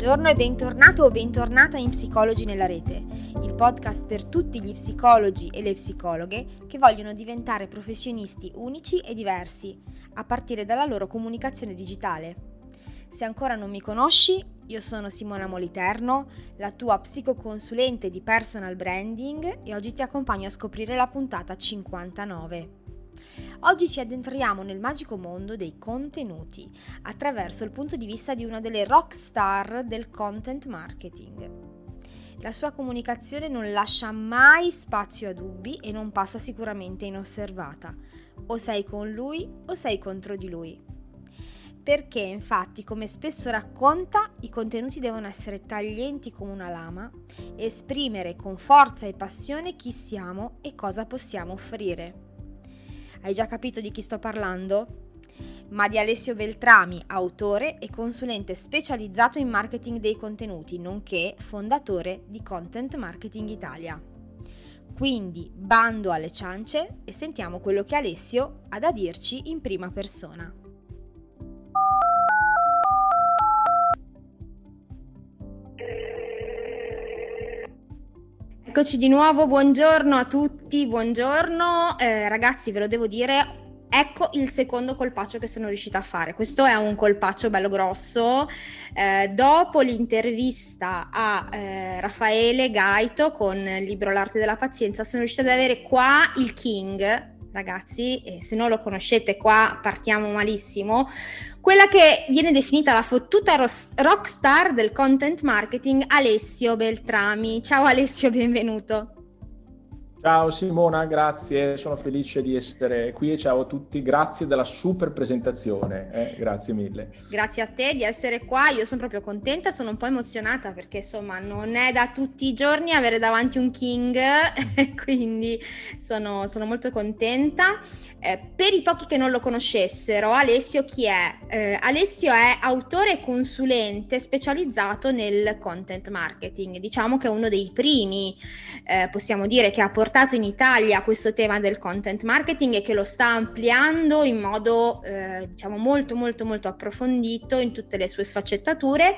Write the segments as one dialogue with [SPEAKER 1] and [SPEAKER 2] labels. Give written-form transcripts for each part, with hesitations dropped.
[SPEAKER 1] Buongiorno e bentornato o bentornata in Psicologi nella Rete, il podcast per tutti gli psicologi e le psicologhe che vogliono diventare professionisti unici e diversi, a partire dalla loro comunicazione digitale. Se ancora non mi conosci, io sono Simona Moliterno, la tua psicoconsulente di personal branding e oggi ti accompagno a scoprire la puntata 59. Oggi ci addentriamo nel magico mondo dei contenuti attraverso il punto di vista di una delle rock star del content marketing. La sua comunicazione non lascia mai spazio a dubbi e non passa sicuramente inosservata. O sei con lui o sei contro di lui. Perché infatti, come spesso racconta, i contenuti devono essere taglienti come una lama, esprimere con forza e passione chi siamo e cosa possiamo offrire. Hai già capito di chi sto parlando? Ma di Alessio Beltrami, autore e consulente specializzato in marketing dei contenuti, nonché fondatore di Content Marketing Italia. Quindi bando alle ciance e sentiamo quello che Alessio ha da dirci in prima persona. Eccoci di nuovo, buongiorno a tutti, buongiorno. Ragazzi, ve lo devo dire, ecco il secondo colpaccio che sono riuscita a fare. Questo è un colpaccio bello grosso. Dopo l'intervista a Raffaele Gaito con il libro L'arte della pazienza, sono riuscita ad avere qua il King, ragazzi, e se non lo conoscete qua partiamo malissimo. Quella che viene definita la fottuta rockstar del content marketing, Alessio Beltrami. Ciao Alessio, benvenuto.
[SPEAKER 2] Ciao Simona, grazie, sono felice di essere qui e ciao a tutti, grazie della super presentazione, grazie mille.
[SPEAKER 1] Grazie a te di essere qua, io sono proprio contenta, sono un po' emozionata perché insomma non è da tutti i giorni avere davanti un king, quindi sono molto contenta. Per i pochi che non lo conoscessero, Alessio chi è? Alessio è autore e consulente specializzato nel content marketing, diciamo che è uno dei primi, possiamo dire, che ha portato in Italia questo tema del content marketing e che lo sta ampliando in modo diciamo molto approfondito in tutte le sue sfaccettature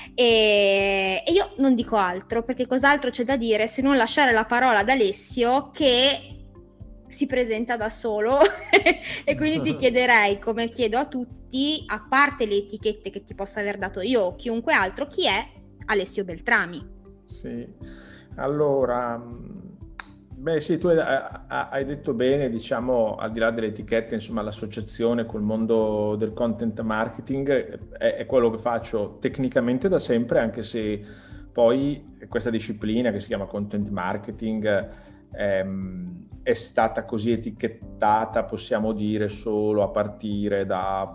[SPEAKER 1] e io non dico altro perché cos'altro c'è da dire se non lasciare la parola ad Alessio che si presenta da solo e quindi ti chiederei, come chiedo a tutti, a parte le etichette che ti possa aver dato io o chiunque altro, chi è Alessio Beltrami?
[SPEAKER 2] Sì, allora, beh sì, tu hai detto bene, diciamo, al di là delle etichette, insomma, l'associazione col mondo del content marketing è quello che faccio tecnicamente da sempre, anche se poi questa disciplina che si chiama content marketing è stata così etichettata, possiamo dire, solo a partire da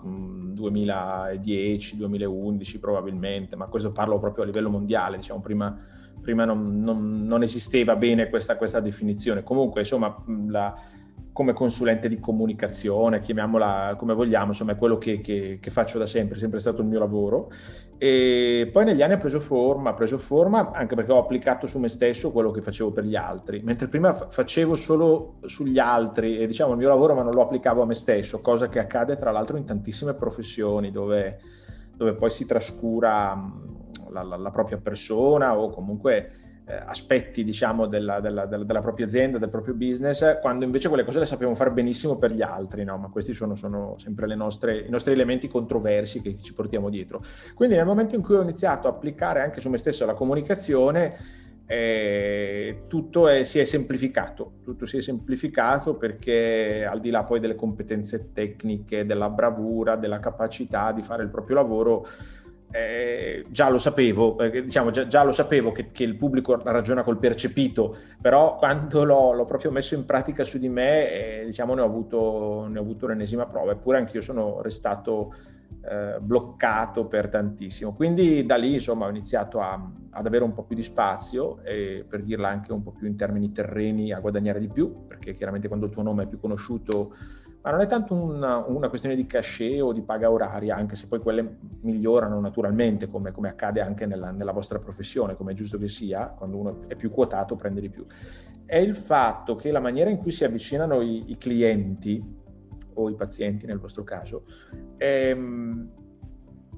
[SPEAKER 2] 2010-2011 probabilmente, ma questo parlo proprio a livello mondiale, diciamo, prima non esisteva bene questa definizione. Comunque, insomma, come consulente di comunicazione, chiamiamola come vogliamo, insomma, è quello che faccio da sempre, è sempre stato il mio lavoro. E poi negli anni ha preso forma anche perché ho applicato su me stesso quello che facevo per gli altri, mentre prima facevo solo sugli altri e diciamo il mio lavoro, ma non lo applicavo a me stesso, cosa che accade tra l'altro in tantissime professioni dove poi si trascura la propria persona o comunque aspetti, diciamo, della propria azienda, del proprio business, quando invece quelle cose le sappiamo fare benissimo per gli altri, no? Ma questi sono sempre i nostri elementi controversi che ci portiamo dietro. Quindi nel momento in cui ho iniziato a applicare anche su me stesso la comunicazione, tutto si è semplificato perché al di là poi delle competenze tecniche, della bravura, della capacità di fare il proprio lavoro, già lo sapevo, diciamo già lo sapevo che il pubblico ragiona col percepito, però quando l'ho proprio messo in pratica su di me, diciamo ne ho avuto l'ennesima prova, eppure anch'io sono restato bloccato per tantissimo. Quindi da lì insomma ho iniziato ad avere un po' più di spazio e, per dirla anche un po' più in termini terreni, a guadagnare di più, perché chiaramente quando il tuo nome è più conosciuto, ma non è tanto una questione di cachet o di paga oraria, anche se poi quelle migliorano naturalmente, come accade anche nella vostra professione, come è giusto che sia, quando uno è più quotato prende di più. È il fatto che la maniera in cui si avvicinano i clienti, o i pazienti nel vostro caso,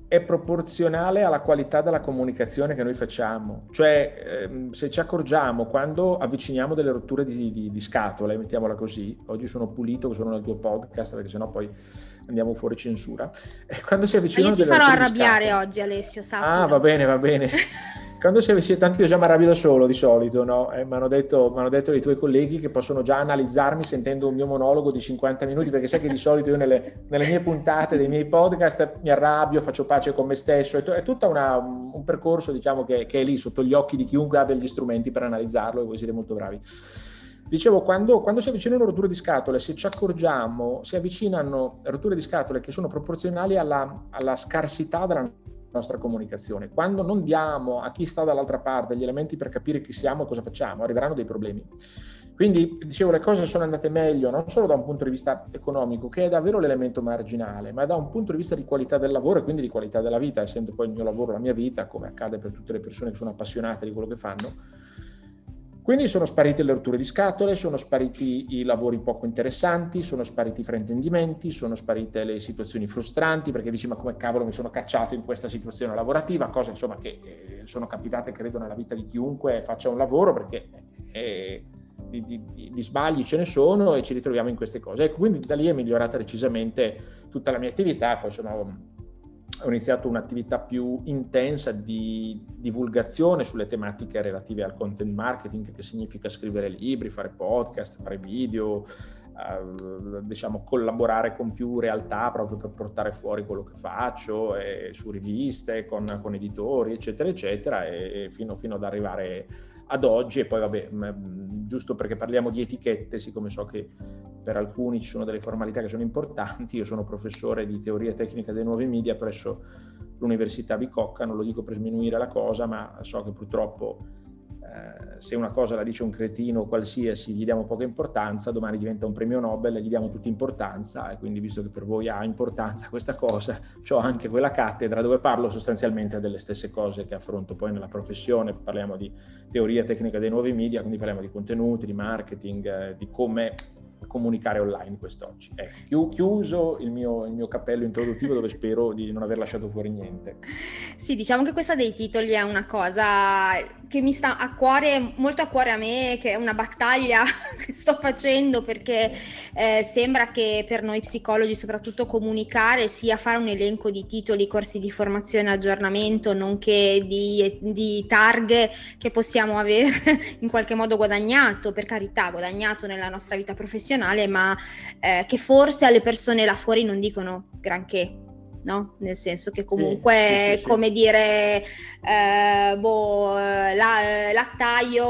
[SPEAKER 2] è proporzionale alla qualità della comunicazione che noi facciamo. Cioè, se ci accorgiamo quando avviciniamo delle rotture di scatole, mettiamola così, oggi sono pulito che sono nel tuo podcast, perché sennò poi andiamo fuori censura. E quando si avvicinano
[SPEAKER 1] delle rotture di scatole... Io ti farò arrabbiare oggi, Alessio, sappilo.
[SPEAKER 2] Ah, va bene. Quando si avvicina, tanto io già mi arrabbio da solo di solito, no? Mi hanno detto i tuoi colleghi che possono già analizzarmi sentendo un mio monologo di 50 minuti, perché sai che di solito io nelle mie puntate dei miei podcast mi arrabbio, faccio pace con me stesso, è tutto un percorso, diciamo, che è lì sotto gli occhi di chiunque abbia gli strumenti per analizzarlo, e voi siete molto bravi. Dicevo, quando si avvicinano rotture di scatole, se ci accorgiamo, si avvicinano rotture di scatole che sono proporzionali alla scarsità della nostra comunicazione. Quando non diamo a chi sta dall'altra parte gli elementi per capire chi siamo e cosa facciamo, arriveranno dei problemi. Quindi, dicevo, le cose sono andate meglio non solo da un punto di vista economico, che è davvero l'elemento marginale, ma da un punto di vista di qualità del lavoro e quindi di qualità della vita, essendo poi il mio lavoro la mia vita, come accade per tutte le persone che sono appassionate di quello che fanno. Quindi sono sparite le rotture di scatole, sono spariti i lavori poco interessanti, sono spariti i fraintendimenti, sono sparite le situazioni frustranti, perché dici ma come cavolo mi sono cacciato in questa situazione lavorativa, cose insomma che sono capitate credo nella vita di chiunque faccia un lavoro, perché di sbagli ce ne sono e ci ritroviamo in queste cose. Ecco, quindi da lì è migliorata decisamente tutta la mia attività, poi ho iniziato un'attività più intensa di divulgazione sulle tematiche relative al content marketing, che significa scrivere libri, fare podcast, fare video, diciamo collaborare con più realtà proprio per portare fuori quello che faccio, su riviste, con editori, eccetera, eccetera, e fino ad arrivare ad oggi. E poi vabbè, giusto perché parliamo di etichette, siccome so che per alcuni ci sono delle formalità che sono importanti, io sono professore di teoria tecnica dei nuovi media presso l'Università Bicocca, non lo dico per sminuire la cosa, ma so che purtroppo se una cosa la dice un cretino qualsiasi gli diamo poca importanza, domani diventa un premio Nobel e gli diamo tutta importanza, e quindi visto che per voi ha importanza questa cosa, c'ho anche quella cattedra dove parlo sostanzialmente delle stesse cose che affronto poi nella professione. Parliamo di teoria tecnica dei nuovi media, quindi parliamo di contenuti, di marketing, di come comunicare online quest'oggi. Chiuso il mio cappello introduttivo, dove spero di non aver lasciato fuori niente.
[SPEAKER 1] Sì, diciamo che questa dei titoli è una cosa che mi sta a cuore, molto a cuore a me, che è una battaglia che sto facendo, perché sembra che per noi psicologi soprattutto comunicare sia fare un elenco di titoli, corsi di formazione, aggiornamento, nonché di targhe che possiamo avere in qualche modo guadagnato, per carità, guadagnato nella nostra vita professionale, ma che forse alle persone là fuori non dicono granché, no? Nel senso che comunque, sì. Come dire, lattaio,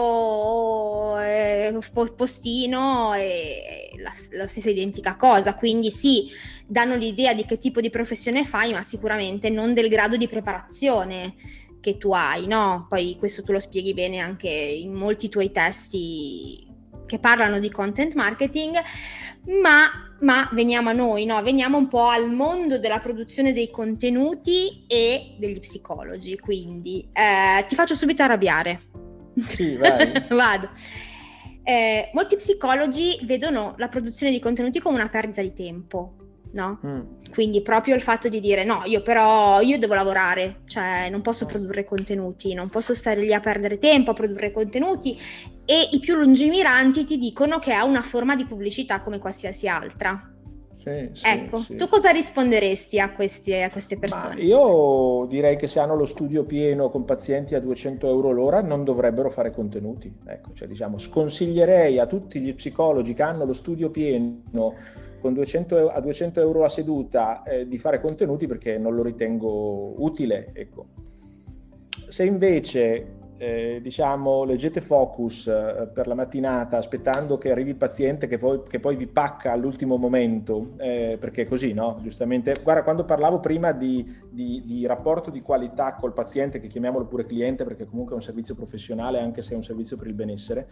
[SPEAKER 1] postino, è la stessa identica cosa, quindi sì, danno l'idea di che tipo di professione fai, ma sicuramente non del grado di preparazione che tu hai, no? Poi questo tu lo spieghi bene anche in molti tuoi testi che parlano di content marketing, ma veniamo a noi, no? Veniamo un po' al mondo della produzione dei contenuti e degli psicologi, quindi ti faccio subito arrabbiare.
[SPEAKER 2] Sì, vai.
[SPEAKER 1] Vado. Molti psicologi vedono la produzione di contenuti come una perdita di tempo, no? Quindi proprio il fatto di dire no, io devo lavorare, cioè non posso produrre contenuti, non posso stare lì a perdere tempo a produrre contenuti, e i più lungimiranti ti dicono che è una forma di pubblicità come qualsiasi altra. Sì, ecco, sì. Tu cosa risponderesti a queste persone?
[SPEAKER 2] Ma io direi che se hanno lo studio pieno con pazienti a 200 euro l'ora non dovrebbero fare contenuti. Ecco, cioè diciamo, sconsiglierei a tutti gli psicologi che hanno lo studio pieno con 200 euro la seduta di fare contenuti, perché non lo ritengo utile. Ecco. Se invece leggete Focus per la mattinata aspettando che arrivi il paziente che poi vi pacca all'ultimo momento, perché è così, no? Giustamente, guarda, quando parlavo prima di rapporto di qualità col paziente, che chiamiamolo pure cliente perché comunque è un servizio professionale anche se è un servizio per il benessere,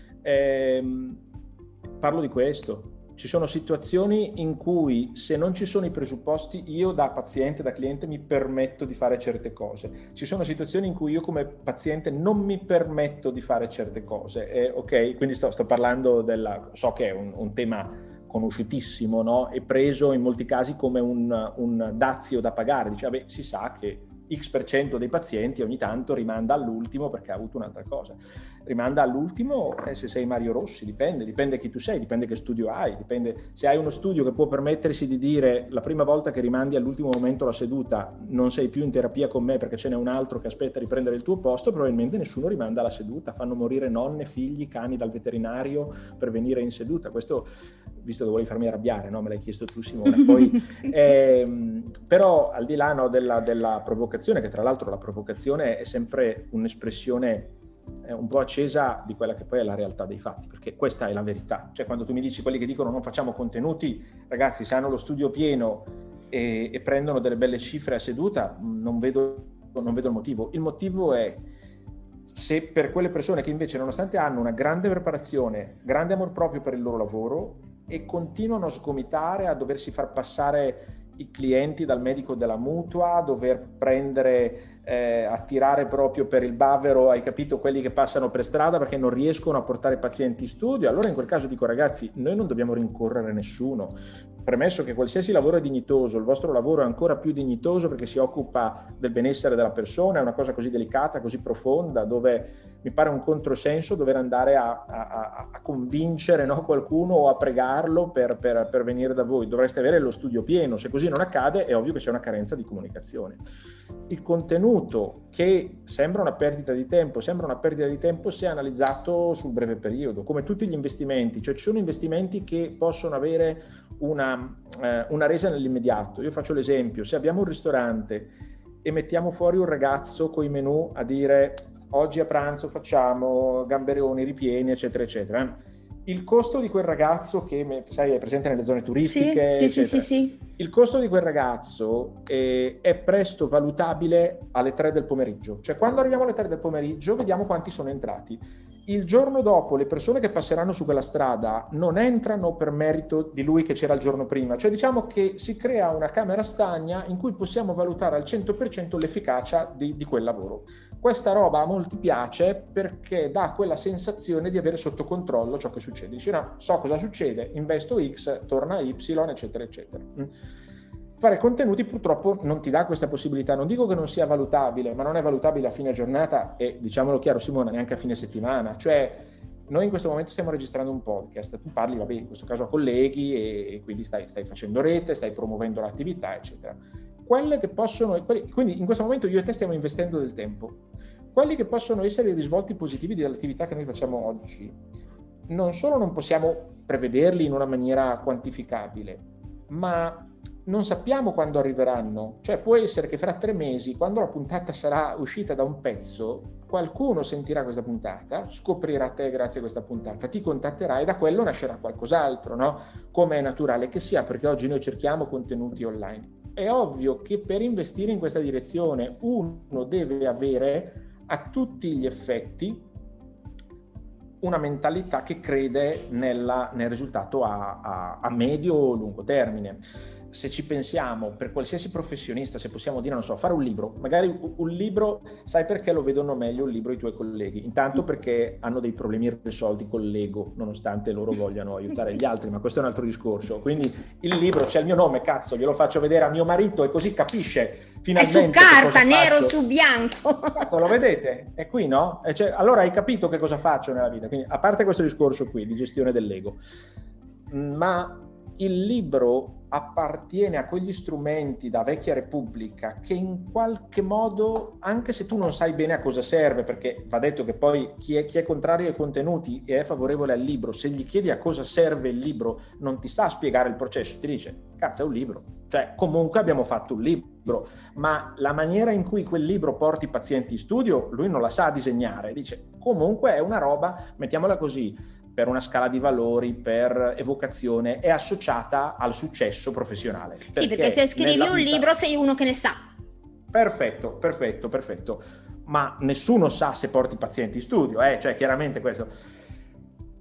[SPEAKER 2] parlo di questo. Ci sono situazioni in cui, se non ci sono i presupposti, io da paziente, da cliente, mi permetto di fare certe cose. Ci sono situazioni in cui io come paziente non mi permetto di fare certe cose. Ok? Quindi sto parlando so che è un tema conosciutissimo, no? È preso in molti casi come un dazio da pagare. Dice, vabbè, si sa che X% dei pazienti ogni tanto rimanda all'ultimo perché ha avuto un'altra cosa. Rimanda all'ultimo se sei Mario Rossi, dipende chi tu sei, dipende che studio hai, dipende se hai uno studio che può permettersi di dire la prima volta che rimandi all'ultimo momento la seduta non sei più in terapia con me perché ce n'è un altro che aspetta di prendere il tuo posto, probabilmente nessuno rimanda la seduta, fanno morire nonne, figli, cani dal veterinario per venire in seduta. Questo, visto che volevi farmi arrabbiare, no? Me l'hai chiesto tu, Simona. Poi, però al di là, no, della provocazione, che tra l'altro la provocazione è sempre un'espressione un po' accesa di quella che poi è la realtà dei fatti, perché questa è la verità. Cioè, quando tu mi dici quelli che dicono non facciamo contenuti, ragazzi, se hanno lo studio pieno e prendono delle belle cifre a seduta, non vedo il motivo. Il motivo è se per quelle persone che invece, nonostante hanno una grande preparazione, grande amor proprio per il loro lavoro e continuano a sgomitare, a doversi far passare i clienti dal medico della mutua, a dover prendere, a tirare proprio per il bavero, hai capito, quelli che passano per strada perché non riescono a portare pazienti in studio, allora in quel caso dico, ragazzi, noi non dobbiamo rincorrere nessuno, premesso che qualsiasi lavoro è dignitoso, il vostro lavoro è ancora più dignitoso perché si occupa del benessere della persona, è una cosa così delicata, così profonda, dove mi pare un controsenso dover andare a convincere, no, qualcuno o a pregarlo per venire da voi. Dovreste avere lo studio pieno. Se così non accade, è ovvio che c'è una carenza di comunicazione. Il contenuto, che sembra una perdita di tempo se analizzato sul breve periodo, come tutti gli investimenti. Cioè, ci sono investimenti che possono avere una resa nell'immediato. Io faccio l'esempio: se abbiamo un ristorante e mettiamo fuori un ragazzo coi menù a dire oggi a pranzo facciamo gamberoni ripieni, eccetera, eccetera. Il costo di quel ragazzo, che sai, è presente nelle zone turistiche,
[SPEAKER 1] sì.
[SPEAKER 2] Il costo di quel ragazzo è presto valutabile alle 3 del pomeriggio. Cioè, quando arriviamo alle 3 del pomeriggio, vediamo quanti sono entrati. Il giorno dopo, le persone che passeranno su quella strada non entrano per merito di lui che c'era il giorno prima. Cioè, diciamo che si crea una camera stagna in cui possiamo valutare al 100% l'efficacia di quel lavoro. Questa roba a molti piace perché dà quella sensazione di avere sotto controllo ciò che succede. Dici, no, so cosa succede, investo X, torna Y, eccetera, eccetera. Fare contenuti purtroppo non ti dà questa possibilità. Non dico che non sia valutabile, ma non è valutabile a fine giornata e, diciamolo chiaro, Simona, neanche a fine settimana. Cioè, noi in questo momento stiamo registrando un podcast, tu parli, vabbè, in questo caso a colleghi e quindi stai facendo rete, stai promuovendo l'attività, eccetera. Quelle che possono, quindi in questo momento io e te stiamo investendo del tempo. Quelli che possono essere i risvolti positivi dell'attività che noi facciamo oggi, non solo non possiamo prevederli in una maniera quantificabile, ma non sappiamo quando arriveranno. Cioè, può essere che fra 3 mesi, quando la puntata sarà uscita da un pezzo, qualcuno sentirà questa puntata, scoprirà te grazie a questa puntata, ti contatterà e da quello nascerà qualcos'altro, no? Come è naturale che sia, perché oggi noi cerchiamo contenuti online. È ovvio che per investire in questa direzione uno deve avere a tutti gli effetti una mentalità che crede nel risultato a medio o lungo termine. Se ci pensiamo, per qualsiasi professionista, se possiamo dire, non so, fare un libro, magari un libro, sai perché lo vedono meglio un libro i tuoi colleghi? Intanto perché hanno dei problemi irrisolti con l'ego, nonostante loro vogliano aiutare gli altri, ma questo è un altro discorso. Quindi il libro, c'è il mio nome, cazzo, glielo faccio vedere a mio marito e così capisce finalmente.
[SPEAKER 1] È su carta, nero su bianco.
[SPEAKER 2] Cazzo, lo vedete? È qui, no? Cioè, allora hai capito che cosa faccio nella vita. Quindi, a parte questo discorso qui di gestione dell'ego, ma il libro appartiene a quegli strumenti da vecchia Repubblica che in qualche modo, anche se tu non sai bene a cosa serve, perché va detto che poi chi è contrario ai contenuti e è favorevole al libro, se gli chiedi a cosa serve il libro, non ti sa spiegare il processo, ti dice, cazzo, è un libro. Cioè, comunque abbiamo fatto un libro, ma la maniera in cui quel libro porti i pazienti in studio, lui non la sa disegnare. Dice, comunque è una roba, mettiamola così, per una scala di valori, per evocazione, è associata al successo professionale.
[SPEAKER 1] Sì, perché se scrivi un libro sei uno che ne sa.
[SPEAKER 2] Perfetto. Ma nessuno sa se porti pazienti in studio, cioè chiaramente questo.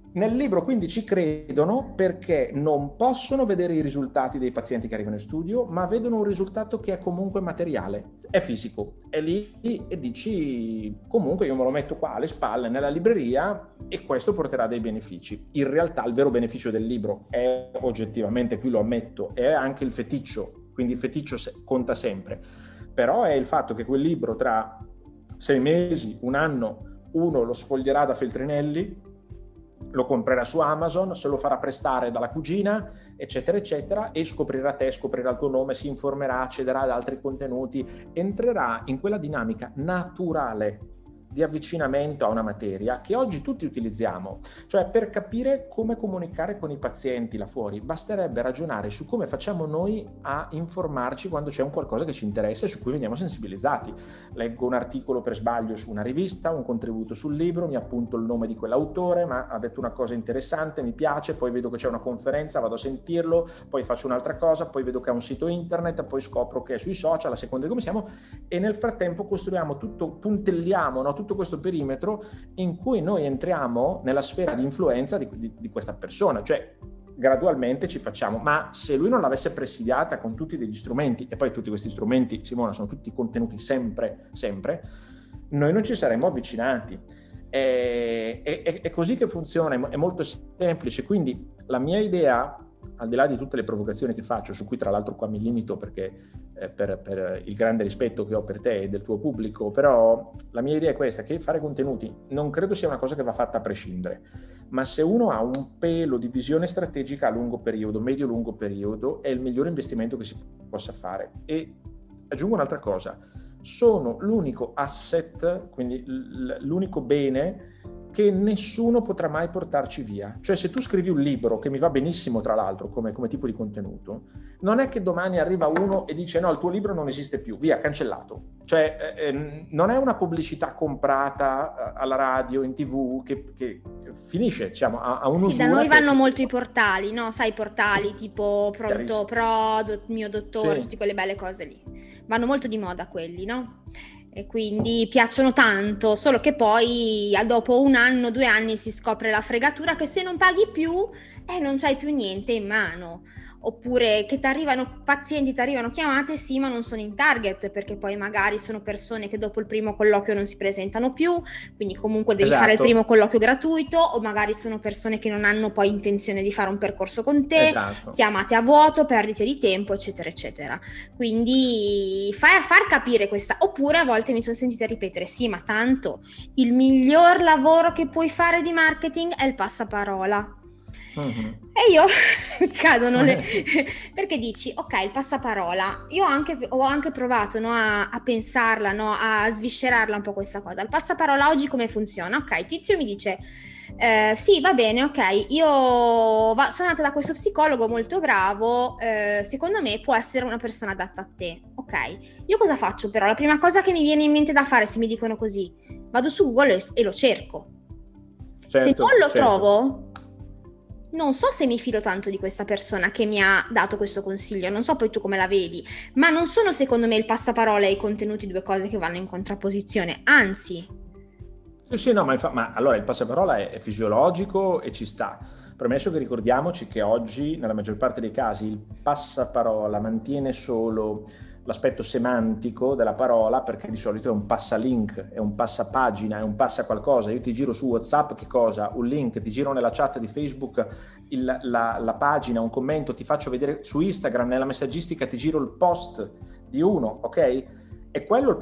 [SPEAKER 2] Nel libro quindi ci credono perché non possono vedere i risultati dei pazienti che arrivano in studio, ma vedono un risultato che è comunque materiale, è fisico, è lì e dici comunque io me lo metto qua alle spalle nella libreria e questo porterà dei benefici. In realtà il vero beneficio del libro è oggettivamente, qui lo ammetto, è anche il feticcio, quindi il feticcio conta sempre, però è il fatto che quel libro tra 6 mesi, un anno, uno lo sfoglierà da Feltrinelli, lo comprerà su Amazon, se lo farà prestare dalla cugina, eccetera, eccetera, e scoprirà te, scoprirà il tuo nome, si informerà, accederà ad altri contenuti, entrerà in quella dinamica naturale di avvicinamento a una materia che oggi tutti utilizziamo. Cioè, per capire come comunicare con i pazienti là fuori, basterebbe ragionare su come facciamo noi a informarci quando c'è un qualcosa che ci interessa e su cui veniamo sensibilizzati. Leggo un articolo per sbaglio su una rivista, un contributo sul libro, mi appunto il nome di quell'autore, ma ha detto una cosa interessante, mi piace, poi vedo che c'è una conferenza, vado a sentirlo, poi faccio un'altra cosa, poi vedo che ha un sito internet, poi scopro che è sui social, a seconda di come siamo, e nel frattempo costruiamo tutto, puntelliamo, no? Tutto questo perimetro in cui noi entriamo nella sfera di influenza di questa persona, cioè gradualmente ci facciamo, ma se lui non l'avesse presidiata con tutti degli strumenti, e poi tutti questi strumenti, Simona, sono tutti contenuti sempre, noi non ci saremmo avvicinati. È così che funziona, è molto semplice, quindi la mia idea, al di là di tutte le provocazioni che faccio, su cui tra l'altro qua mi limito perché per il grande rispetto che ho per te e del tuo pubblico, però la mia idea è questa, che fare contenuti non credo sia una cosa che va fatta a prescindere, ma se uno ha un pelo di visione strategica a lungo periodo, medio-lungo periodo, è il migliore investimento che si possa fare. E aggiungo un'altra cosa, sono l'unico asset, quindi l'unico bene che nessuno potrà mai portarci via. Cioè, se tu scrivi un libro, che mi va benissimo tra l'altro come tipo di contenuto, non è che domani arriva uno e dice no, il tuo libro non esiste più, via, cancellato. Cioè, non è una pubblicità comprata alla radio, in TV, che finisce, diciamo, a un'usura.
[SPEAKER 1] Sì, da noi vanno molto i portali, no? Sai, i portali tipo Pronto Pro, Mio Dottore,
[SPEAKER 2] sì,
[SPEAKER 1] tutte quelle belle cose lì. Vanno molto di moda quelli, no? E quindi piacciono tanto, solo che poi dopo 1 anno, 2 anni si scopre la fregatura che se non paghi più non c'hai più niente in mano, oppure che ti arrivano pazienti, ti arrivano chiamate, sì, ma non sono in target, perché poi magari sono persone che dopo il primo colloquio non si presentano più, quindi comunque devi fare il primo colloquio gratuito, o magari sono persone che non hanno poi intenzione di fare un percorso con te, chiamate a vuoto, perdite di tempo, eccetera eccetera. Quindi far capire questa, oppure a volte mi sono sentita ripetere sì, ma tanto il miglior lavoro che puoi fare di marketing è il passaparola. E io mi cadono perché dici ok, il passaparola, io ho anche provato, no, a pensarla, no, a sviscerarla un po' questa cosa. Il passaparola oggi come funziona? Ok, Tizio mi dice sì, va bene, ok, io sono andata da questo psicologo molto bravo, secondo me può essere una persona adatta a te. Ok, io cosa faccio però? La prima cosa che mi viene in mente da fare se mi dicono così, vado su Google e lo cerco. Se non lo trovo, non so se mi fido tanto di questa persona che mi ha dato questo consiglio, non so poi tu come la vedi, ma non sono secondo me il passaparola e i contenuti due cose che vanno in contrapposizione, anzi.
[SPEAKER 2] Sì, no, ma allora il passaparola è fisiologico e ci sta. Premesso che ricordiamoci che oggi, nella maggior parte dei casi, il passaparola mantiene solo l'aspetto semantico della parola, perché di solito è un passalink, è un passapagina, è un passa qualcosa. Io ti giro su WhatsApp, che cosa? Un link, ti giro nella chat di Facebook la pagina, un commento, ti faccio vedere su Instagram, nella messaggistica ti giro il post di uno, ok? È quello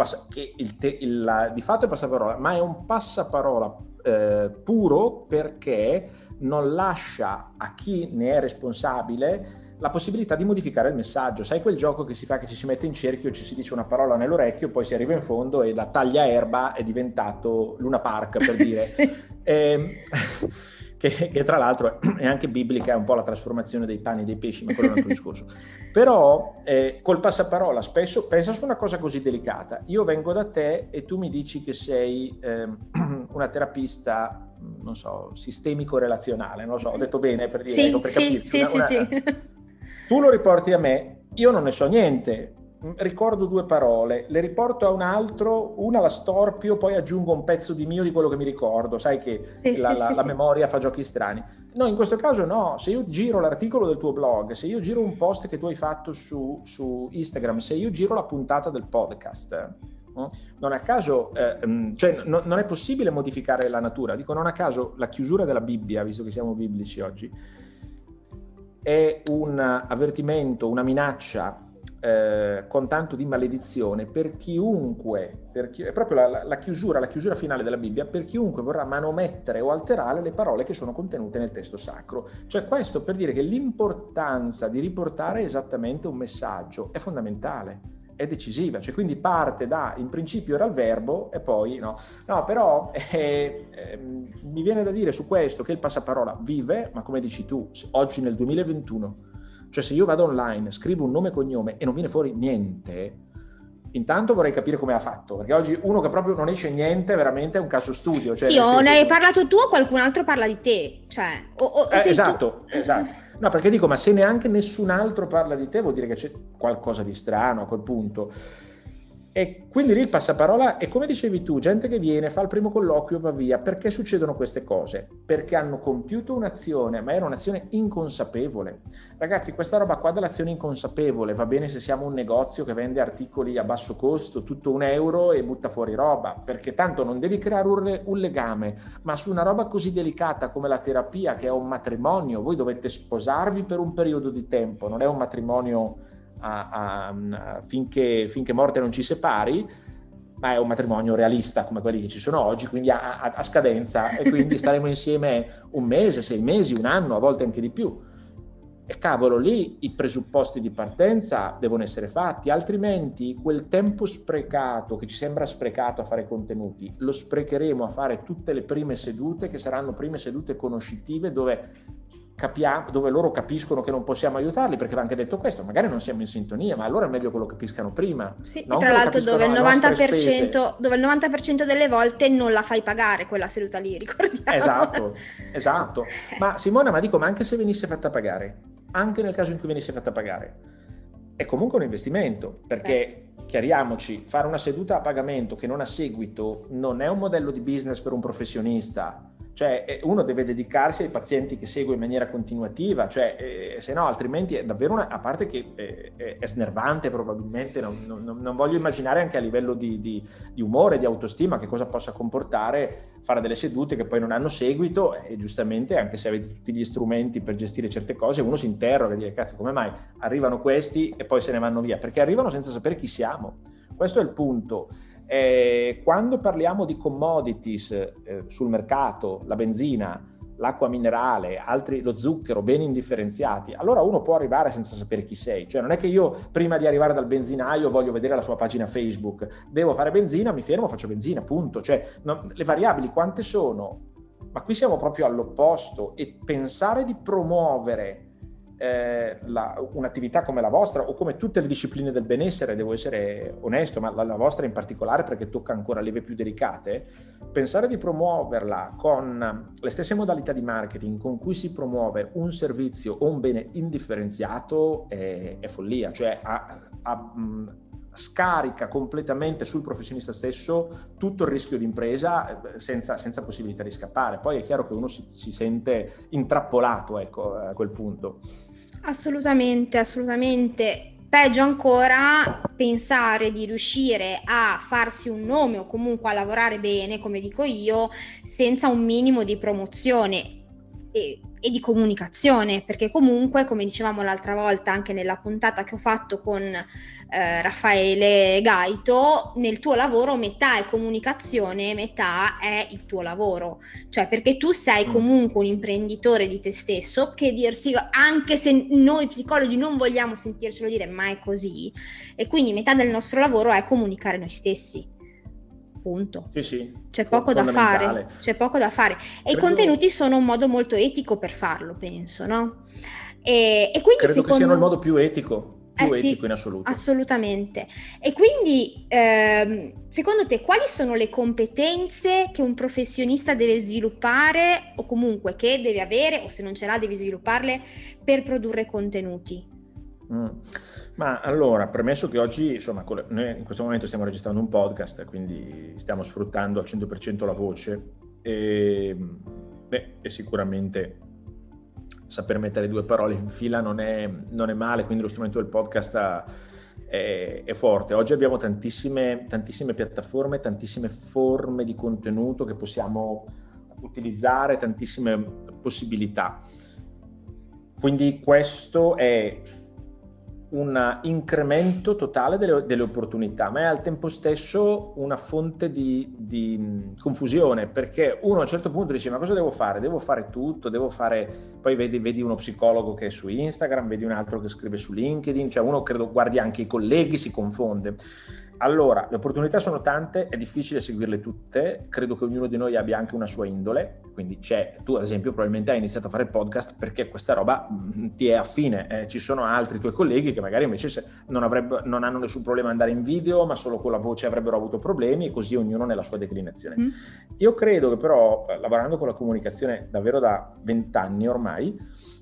[SPEAKER 2] di fatto è il passaparola, ma è un passaparola puro, perché non lascia a chi ne è responsabile la possibilità di modificare il messaggio. Sai quel gioco che si fa, che ci si mette in cerchio, ci si dice una parola nell'orecchio, poi si arriva in fondo e la tagliaerba è diventato Luna Park, per dire. Sì. Che tra l'altro è anche biblica, è un po' la trasformazione dei pani e dei pesci, ma quello è un altro discorso. Però col passaparola spesso pensa su una cosa così delicata. Io vengo da te e tu mi dici che sei una terapista, non so, sistemico-relazionale, non lo so, ho detto bene per dire,
[SPEAKER 1] sì,
[SPEAKER 2] per capirci.
[SPEAKER 1] Sì.
[SPEAKER 2] Tu lo riporti a me, io non ne so niente. ricordo 2 parole, le riporto a un altro, una la storpio, poi aggiungo un pezzo di mio di quello che mi ricordo, sai che la memoria fa giochi strani. No, in questo caso no, se io giro l'articolo del tuo blog, se io giro un post che tu hai fatto su Instagram, se io giro la puntata del podcast, non a caso, non è possibile modificare la natura. Dico, non a caso la chiusura della Bibbia, visto che siamo biblici oggi, è un avvertimento, una minaccia con tanto di maledizione per chiunque, è proprio la chiusura finale della Bibbia, per chiunque vorrà manomettere o alterare le parole che sono contenute nel testo sacro. Cioè, questo per dire che l'importanza di riportare esattamente un messaggio è fondamentale, è decisiva, cioè quindi parte da, in principio era il verbo e poi no però mi viene da dire su questo che il passaparola vive, ma come dici tu, oggi nel 2021, cioè se io vado online, scrivo un nome e cognome e non viene fuori niente, intanto vorrei capire come ha fatto, perché oggi uno che proprio non esce niente veramente è un caso studio. Cioè,
[SPEAKER 1] sì, o ne hai parlato tu o qualcun altro parla di te, cioè
[SPEAKER 2] esatto. No, perché dico, ma se neanche nessun altro parla di te vuol dire che c'è qualcosa di strano a quel punto. E quindi lì il passaparola è, come dicevi tu, gente che viene, fa il primo colloquio, va via. Perché succedono queste cose? Perché hanno compiuto un'azione, ma era un'azione inconsapevole. Ragazzi, questa roba qua dell'azione inconsapevole va bene se siamo un negozio che vende articoli a basso costo, tutto €1 e butta fuori roba, perché tanto non devi creare un legame, ma su una roba così delicata come la terapia, che è un matrimonio, voi dovete sposarvi per un periodo di tempo, non è un matrimonio finché morte non ci separi, ma è un matrimonio realista come quelli che ci sono oggi, quindi a scadenza, e quindi staremo insieme 1 mese, 6 mesi, 1 anno, a volte anche di più. E cavolo, lì i presupposti di partenza devono essere fatti, altrimenti quel tempo sprecato, che ci sembra sprecato a fare contenuti, lo sprecheremo a fare tutte le prime sedute, che saranno prime sedute conoscitive, dove loro capiscono che non possiamo aiutarli, perché va anche detto questo, magari non siamo in sintonia, ma allora è meglio che lo capiscano prima.
[SPEAKER 1] Sì, e tra l'altro dove il 90% delle volte non la fai pagare quella seduta lì, ricordiamo.
[SPEAKER 2] Esatto. Ma Simona, ma anche se venisse fatta pagare, anche nel caso in cui venisse fatta pagare, è comunque un investimento, perché chiariamoci, fare una seduta a pagamento che non ha seguito non è un modello di business per un professionista. Cioè uno deve dedicarsi ai pazienti che segue in maniera continuativa, cioè se no altrimenti è davvero a parte che è snervante probabilmente, non voglio immaginare anche a livello di umore, di autostima, che cosa possa comportare fare delle sedute che poi non hanno seguito, e giustamente anche se avete tutti gli strumenti per gestire certe cose, uno si interroga e dice, cazzo, come mai arrivano questi e poi se ne vanno via? Perché arrivano senza sapere chi siamo. Questo è il punto. Quando parliamo di commodities sul mercato, la benzina, l'acqua minerale, lo zucchero, beni indifferenziati, allora uno può arrivare senza sapere chi sei. Cioè non è che io prima di arrivare dal benzinaio voglio vedere la sua pagina Facebook, devo fare benzina, mi fermo, faccio benzina, punto. Cioè le variabili quante sono? Ma qui siamo proprio all'opposto, e pensare di promuovere un'attività come la vostra, o come tutte le discipline del benessere, devo essere onesto, ma la vostra in particolare perché tocca ancora leve più delicate, pensare di promuoverla con le stesse modalità di marketing con cui si promuove un servizio o un bene indifferenziato è follia. Cioè scarica completamente sul professionista stesso tutto il rischio di impresa senza possibilità di scappare. Poi è chiaro che uno si sente intrappolato, ecco, a quel punto.
[SPEAKER 1] Assolutamente. Peggio ancora pensare di riuscire a farsi un nome o comunque a lavorare bene, come dico io, senza un minimo di promozione e di comunicazione, perché comunque, come dicevamo l'altra volta anche nella puntata che ho fatto con Raffaele Gaito, nel tuo lavoro metà è comunicazione, metà è il tuo lavoro, cioè perché tu sei comunque un imprenditore di te stesso, che dirsi, anche se noi psicologi non vogliamo sentircelo dire, ma è così, e quindi metà del nostro lavoro è comunicare noi stessi. Punto.
[SPEAKER 2] Sì.
[SPEAKER 1] C'è poco da fare. E i contenuti sono un modo molto etico per farlo, penso, no? E quindi
[SPEAKER 2] credo che siano il modo più etico
[SPEAKER 1] sì,
[SPEAKER 2] in assoluto.
[SPEAKER 1] Assolutamente. E quindi secondo te quali sono le competenze che un professionista deve sviluppare, o comunque che deve avere, o se non ce l'ha devi svilupparle, per produrre contenuti?
[SPEAKER 2] Ma allora, premesso che oggi, insomma, noi in questo momento stiamo registrando un podcast, quindi stiamo sfruttando al 100% la voce e sicuramente saper mettere 2 parole in fila non è male, quindi lo strumento del podcast è forte. Oggi abbiamo tantissime piattaforme, tantissime forme di contenuto che possiamo utilizzare, tantissime possibilità. Quindi questo è un incremento totale delle opportunità, ma è al tempo stesso una fonte di confusione, perché uno a un certo punto dice: ma cosa devo fare? Devo fare tutto, poi vedi uno psicologo che è su Instagram, vedi un altro che scrive su LinkedIn, cioè uno credo guardi anche i colleghi, si confonde. Allora, le opportunità sono tante, è difficile seguirle tutte, credo che ognuno di noi abbia anche una sua indole, quindi tu ad esempio probabilmente hai iniziato a fare il podcast perché questa roba ti è affine, ci sono altri tuoi colleghi che magari invece non hanno nessun problema ad andare in video, ma solo con la voce avrebbero avuto problemi, e così ognuno nella sua declinazione. Io credo che però, lavorando con la comunicazione davvero da 20 anni ormai,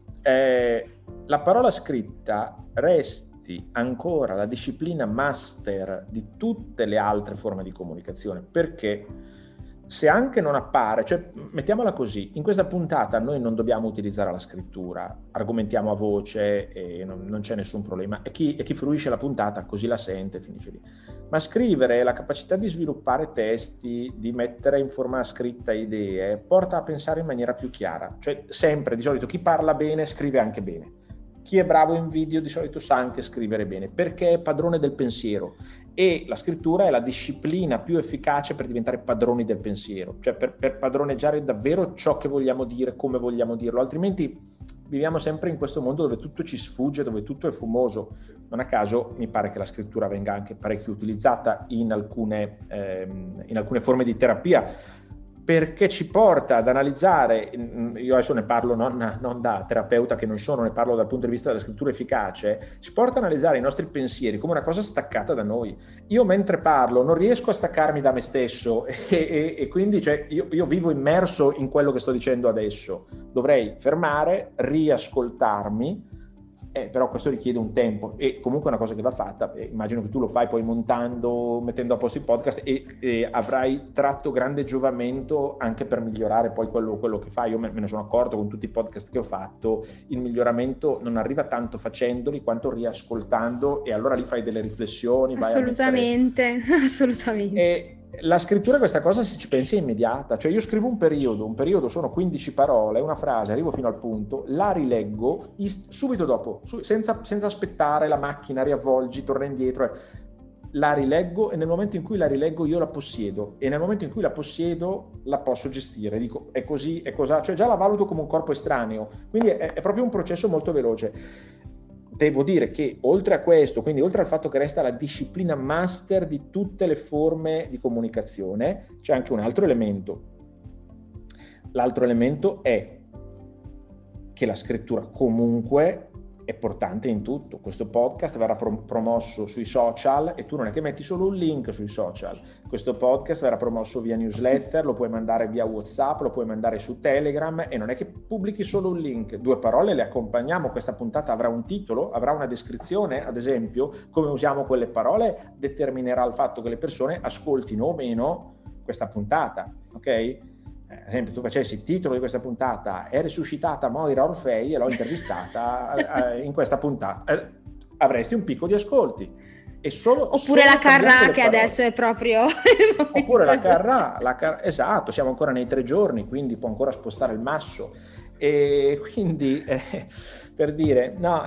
[SPEAKER 2] la parola scritta resti ancora la disciplina master di tutte le altre forme di comunicazione, perché se anche non appare, cioè mettiamola così, in questa puntata noi non dobbiamo utilizzare la scrittura, argomentiamo a voce e non c'è nessun problema, e chi fruisce la puntata così la sente, finisce lì. Ma scrivere, la capacità di sviluppare testi, di mettere in forma scritta idee, porta a pensare in maniera più chiara, cioè sempre, di solito, chi parla bene scrive anche bene. Chi è bravo in video di solito sa anche scrivere bene, perché è padrone del pensiero, e la scrittura è la disciplina più efficace per diventare padroni del pensiero, cioè per padroneggiare davvero ciò che vogliamo dire, come vogliamo dirlo, altrimenti viviamo sempre in questo mondo dove tutto ci sfugge, dove tutto è fumoso. Non a caso mi pare che la scrittura venga anche parecchio utilizzata in alcune forme di terapia, perché ci porta ad analizzare, io adesso ne parlo non da terapeuta che non sono, ne parlo dal punto di vista della scrittura efficace, ci porta ad analizzare i nostri pensieri come una cosa staccata da noi. Io mentre parlo non riesco a staccarmi da me stesso e quindi cioè, io vivo immerso in quello che sto dicendo adesso. Dovrei fermare, riascoltarmi, però questo richiede un tempo, e comunque è una cosa che va fatta. Immagino che tu lo fai poi montando, mettendo a posto il podcast, e avrai tratto grande giovamento anche per migliorare poi quello che fai. Io me ne sono accorto con tutti i podcast che ho fatto, il miglioramento non arriva tanto facendoli quanto riascoltando, e allora lì fai delle riflessioni.
[SPEAKER 1] Assolutamente.
[SPEAKER 2] E la scrittura, questa cosa, se ci pensi, è immediata. Cioè io scrivo un periodo sono 15 parole, una frase, arrivo fino al punto, la rileggo subito dopo, senza aspettare la macchina, riavvolgi, torna indietro, la rileggo, e nel momento in cui la rileggo io la possiedo, e nel momento in cui la possiedo la posso gestire, dico è così, è cos'ha, cioè già la valuto come un corpo estraneo, quindi è proprio un processo molto veloce. Devo dire che oltre a questo, quindi oltre al fatto che resta la disciplina master di tutte le forme di comunicazione, c'è anche un altro elemento. L'altro elemento è che la scrittura comunque è portante in tutto. Questo podcast verrà promosso sui social, e tu non è che metti solo un link sui social. Questo podcast verrà promosso via newsletter, lo puoi mandare via WhatsApp, lo puoi mandare su Telegram, e non è che pubblichi solo un link. 2 parole le accompagniamo. Questa puntata avrà un titolo, avrà una descrizione, ad esempio. Come usiamo quelle parole determinerà il fatto che le persone ascoltino o meno questa puntata, ok? Ad esempio, tu facessi il titolo di questa puntata: è risuscitata Moira Orfei e l'ho intervistata in questa puntata, avresti un picco di ascolti.
[SPEAKER 1] Oppure la Carrà, che adesso è proprio
[SPEAKER 2] oppure la Carrà, esatto, siamo ancora nei 3 giorni, quindi può ancora spostare il masso, e quindi per dire no,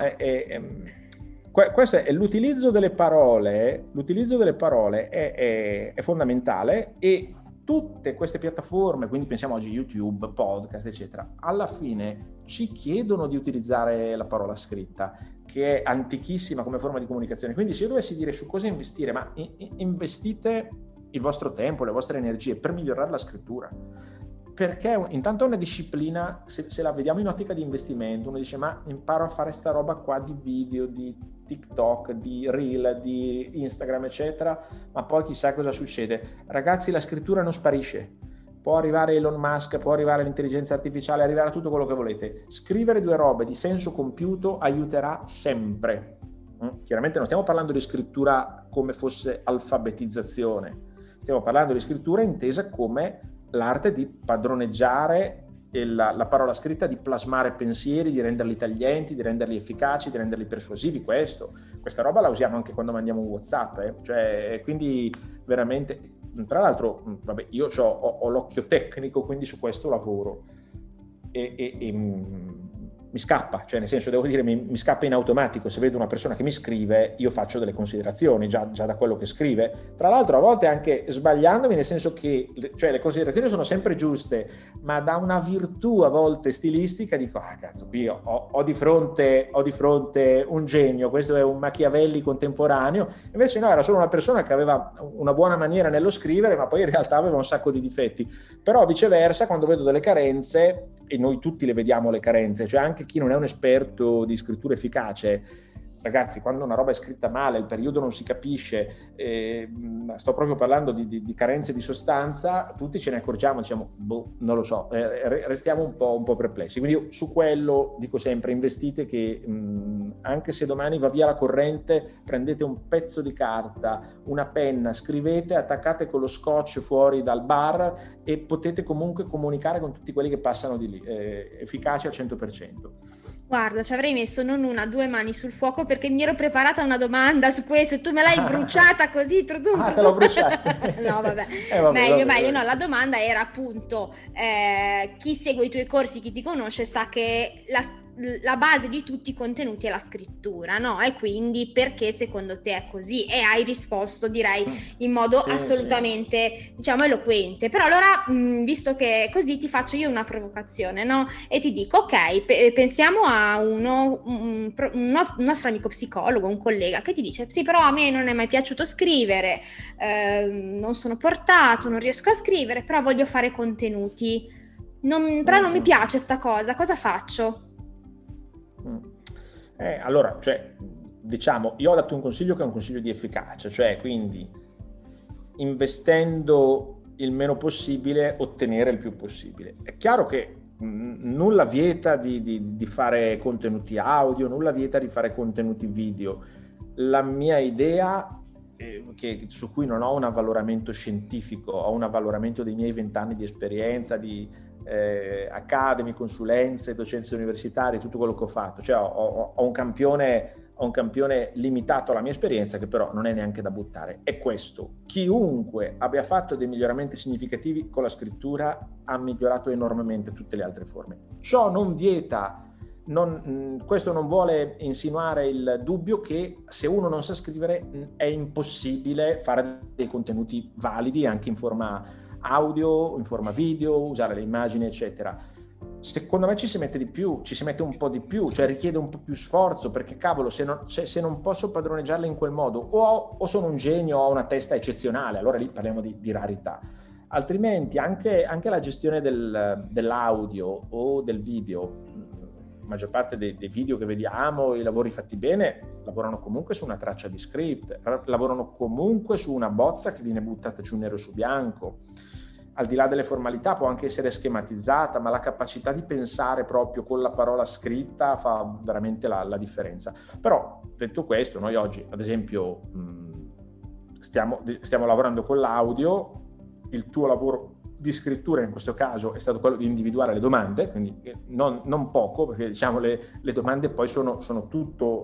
[SPEAKER 2] questo è l'utilizzo delle parole. L'utilizzo delle parole è fondamentale, e tutte queste piattaforme, quindi pensiamo oggi YouTube, podcast, eccetera, alla fine ci chiedono di utilizzare la parola scritta, che è antichissima come forma di comunicazione. Quindi se io dovessi dire su cosa investire, ma investite il vostro tempo, le vostre energie per migliorare la scrittura, perché intanto è una disciplina. Se la vediamo in ottica di investimento, uno dice: ma imparo a fare sta roba qua di video, di TikTok, di Reel, di Instagram, eccetera, ma poi chissà cosa succede. Ragazzi, la scrittura non sparisce. Può arrivare Elon Musk, può arrivare l'intelligenza artificiale, arriverà tutto quello che volete. Scrivere 2 robe di senso compiuto aiuterà sempre. Chiaramente non stiamo parlando di scrittura come fosse alfabetizzazione, stiamo parlando di scrittura intesa come l'arte di padroneggiare la parola scritta, di plasmare pensieri, di renderli taglienti, di renderli efficaci, di renderli persuasivi. Questa roba la usiamo anche quando mandiamo un WhatsApp, cioè, quindi veramente, tra l'altro, vabbè, io ho l'occhio tecnico, quindi su questo lavoro e mi scappa, cioè nel senso, devo dire, mi scappa in automatico. Se vedo una persona che mi scrive, io faccio delle considerazioni già da quello che scrive, tra l'altro a volte anche sbagliandomi, nel senso che cioè, le considerazioni sono sempre giuste, ma da una virtù a volte stilistica dico, cazzo, qui ho di fronte un genio, questo è un Machiavelli contemporaneo. Invece no, era solo una persona che aveva una buona maniera nello scrivere, ma poi in realtà aveva un sacco di difetti. Però viceversa, quando vedo delle carenze, e noi tutti le vediamo le carenze, cioè anche chi non è un esperto di scrittura efficace, ragazzi, quando una roba è scritta male, il periodo non si capisce, sto proprio parlando di carenze di sostanza, tutti ce ne accorgiamo, diciamo, non lo so, restiamo un po' perplessi. Quindi io su quello dico sempre, investite, che anche se domani va via la corrente, prendete un pezzo di carta, una penna, scrivete, attaccate con lo scotch fuori dal bar e potete comunque comunicare con tutti quelli che passano di lì, efficace al 100%.
[SPEAKER 3] Guarda, ci avrei messo non una, 2 mani sul fuoco, perché mi ero preparata una domanda su questo e tu me l'hai bruciata così.
[SPEAKER 2] Te l'ho bruciata.
[SPEAKER 3] No, vabbè. Meglio. No, la domanda era appunto, chi segue i tuoi corsi, chi ti conosce, sa che la base di tutti i contenuti è la scrittura, no? E quindi perché secondo te è così? E hai risposto, direi, in modo assolutamente, diciamo, eloquente. Però allora, visto che è così, ti faccio io una provocazione, no? E ti dico, ok, pensiamo a un nostro amico psicologo, un collega, che ti dice, sì, però a me non è mai piaciuto scrivere, non sono portato, non riesco a scrivere, però voglio fare contenuti. Però non mi piace sta cosa, cosa faccio?
[SPEAKER 2] Allora, cioè, diciamo, io ho dato un consiglio che è un consiglio di efficacia, cioè quindi investendo il meno possibile, ottenere il più possibile. È chiaro che nulla vieta di fare contenuti audio, nulla vieta di fare contenuti video. La mia idea, su cui non ho un avvaloramento scientifico, ho un avvaloramento dei miei 20 anni di esperienza, di accademy, consulenze, docenze universitarie, tutto quello che ho fatto, cioè ho un campione limitato alla mia esperienza, che però non è neanche da buttare. È questo: chiunque abbia fatto dei miglioramenti significativi con la scrittura ha migliorato enormemente tutte le altre forme. Ciò non vieta, questo non vuole insinuare il dubbio che se uno non sa scrivere è impossibile fare dei contenuti validi anche in forma audio, in forma video, usare le immagini, eccetera. Secondo me ci si mette di più, ci si mette un po' di più, cioè richiede un po' più sforzo, perché cavolo, se non posso padroneggiarle in quel modo, o sono un genio o ho una testa eccezionale, allora lì parliamo di rarità. Altrimenti anche la gestione dell'audio o del video, la maggior parte dei video che vediamo, i lavori fatti bene, lavorano comunque su una traccia di script, lavorano comunque su una bozza che viene buttata giù nero su bianco. Al di là delle formalità può anche essere schematizzata, ma la capacità di pensare proprio con la parola scritta fa veramente la differenza. Però, detto questo, noi oggi, ad esempio, stiamo lavorando con l'audio. Il tuo lavoro di scrittura in questo caso è stato quello di individuare le domande, quindi non poco, perché diciamo le domande poi sono tutto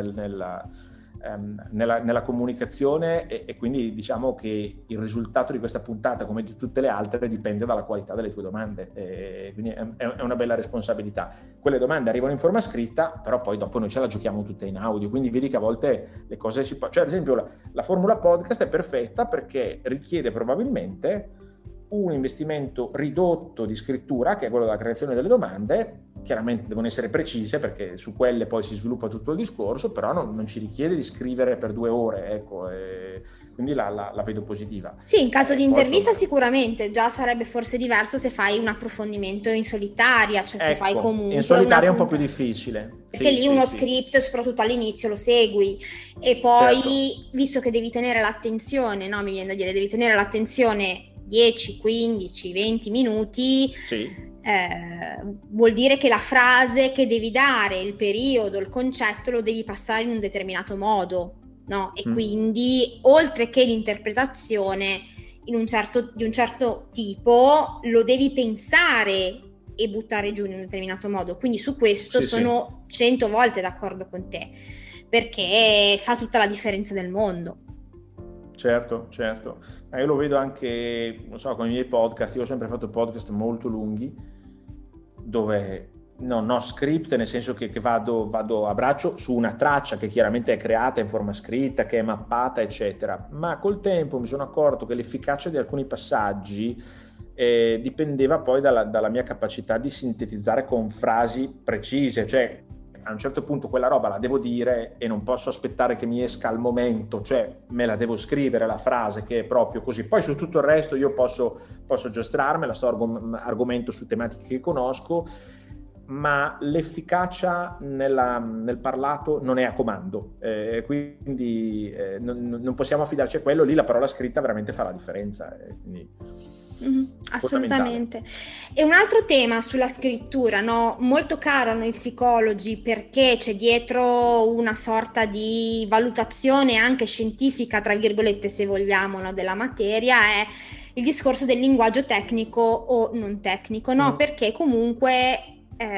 [SPEAKER 2] nella comunicazione, e quindi diciamo che il risultato di questa puntata, come di tutte le altre, dipende dalla qualità delle tue domande, quindi è una bella responsabilità. Quelle domande arrivano in forma scritta, però poi dopo noi ce la giochiamo tutte in audio, quindi vedi che a volte le cose cioè ad esempio la formula podcast è perfetta perché richiede probabilmente un investimento ridotto di scrittura, che è quello della creazione delle domande. Chiaramente devono essere precise, perché su quelle poi si sviluppa tutto il discorso, però non ci richiede di scrivere per 2 ore, ecco, quindi la vedo positiva.
[SPEAKER 3] Sì, in caso di intervista sicuramente già sarebbe forse diverso se fai un approfondimento in solitaria, cioè se fai comunque
[SPEAKER 2] in solitaria è un po' più difficile.
[SPEAKER 3] Perché lì uno script, soprattutto all'inizio, lo segui, e poi visto che devi tenere l'attenzione, no, mi viene da dire, devi tenere l'attenzione 10, 15, 20 minuti, vuol dire che la frase che devi dare, il periodo, il concetto lo devi passare in un determinato modo, no? E quindi oltre che l'interpretazione di un certo tipo lo devi pensare e buttare giù in un determinato modo. Quindi su questo sono 100 volte d'accordo con te, perché fa tutta la differenza del mondo.
[SPEAKER 2] Certo. Io lo vedo anche, non so, con i miei podcast. Io ho sempre fatto podcast molto lunghi, dove no script, nel senso che vado a braccio su una traccia che chiaramente è creata in forma scritta, che è mappata, eccetera. Ma col tempo mi sono accorto che l'efficacia di alcuni passaggi dipendeva poi dalla mia capacità di sintetizzare con frasi precise, cioè a un certo punto quella roba la devo dire e non posso aspettare che mi esca al momento, cioè me la devo scrivere la frase che è proprio così. Poi su tutto il resto io posso giostrarmela, argomento su tematiche che conosco, ma l'efficacia nel parlato non è a comando, quindi non possiamo affidarci a quello. Lì la parola scritta veramente fa la differenza, quindi
[SPEAKER 3] assolutamente. E un altro tema sulla scrittura, no? Molto caro a noi psicologi, perché c'è dietro una sorta di valutazione anche scientifica, tra virgolette, se vogliamo, no, della materia, è il discorso del linguaggio tecnico o non tecnico, no? Perché comunque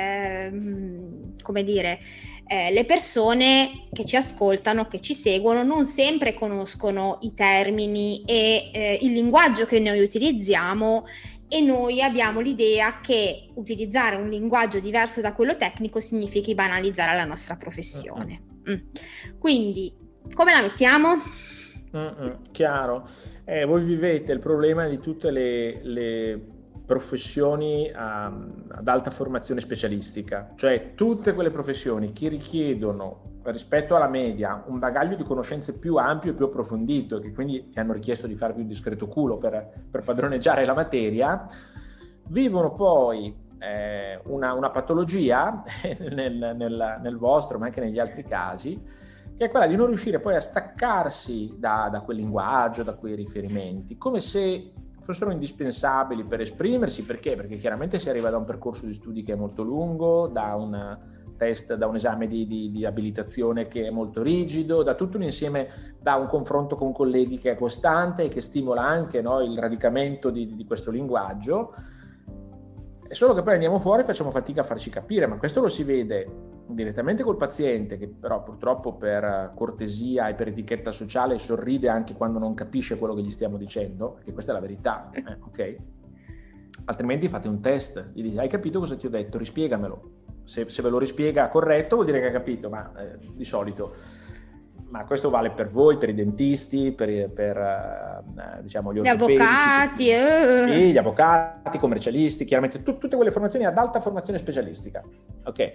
[SPEAKER 3] come dire, le persone che ci ascoltano, che ci seguono, non sempre conoscono i termini e il linguaggio che noi utilizziamo, e noi abbiamo l'idea che utilizzare un linguaggio diverso da quello tecnico significhi banalizzare la nostra professione. Quindi, come la mettiamo?
[SPEAKER 2] Chiaro. Voi vivete il problema di tutte le professioni ad alta formazione specialistica, cioè tutte quelle professioni che richiedono rispetto alla media un bagaglio di conoscenze più ampio e più approfondito, e che quindi vi hanno richiesto di farvi un discreto culo per padroneggiare la materia, vivono poi una patologia nel vostro, ma anche negli altri casi, che è quella di non riuscire poi a staccarsi da quel linguaggio, da quei riferimenti, come se fossero indispensabili per esprimersi. Perché? Perché chiaramente si arriva da un percorso di studi che è molto lungo, da un test, da un esame di abilitazione che è molto rigido, da tutto un insieme, da un confronto con colleghi che è costante e che stimola anche, no, il radicamento di questo linguaggio. È solo che poi andiamo fuori e facciamo fatica a farci capire, ma questo lo si vede direttamente col paziente, che però purtroppo per cortesia e per etichetta sociale sorride anche quando non capisce quello che gli stiamo dicendo, perché questa è la verità, ok? Altrimenti fate un test, gli dite: hai capito cosa ti ho detto? Rispiegamelo. Se ve lo rispiega corretto vuol dire che ha capito, ma di solito. Ma questo vale per voi, per i dentisti, per diciamo gli
[SPEAKER 3] avvocati,
[SPEAKER 2] sì, gli avvocati, commercialisti, chiaramente tutte quelle formazioni ad alta formazione specialistica, ok?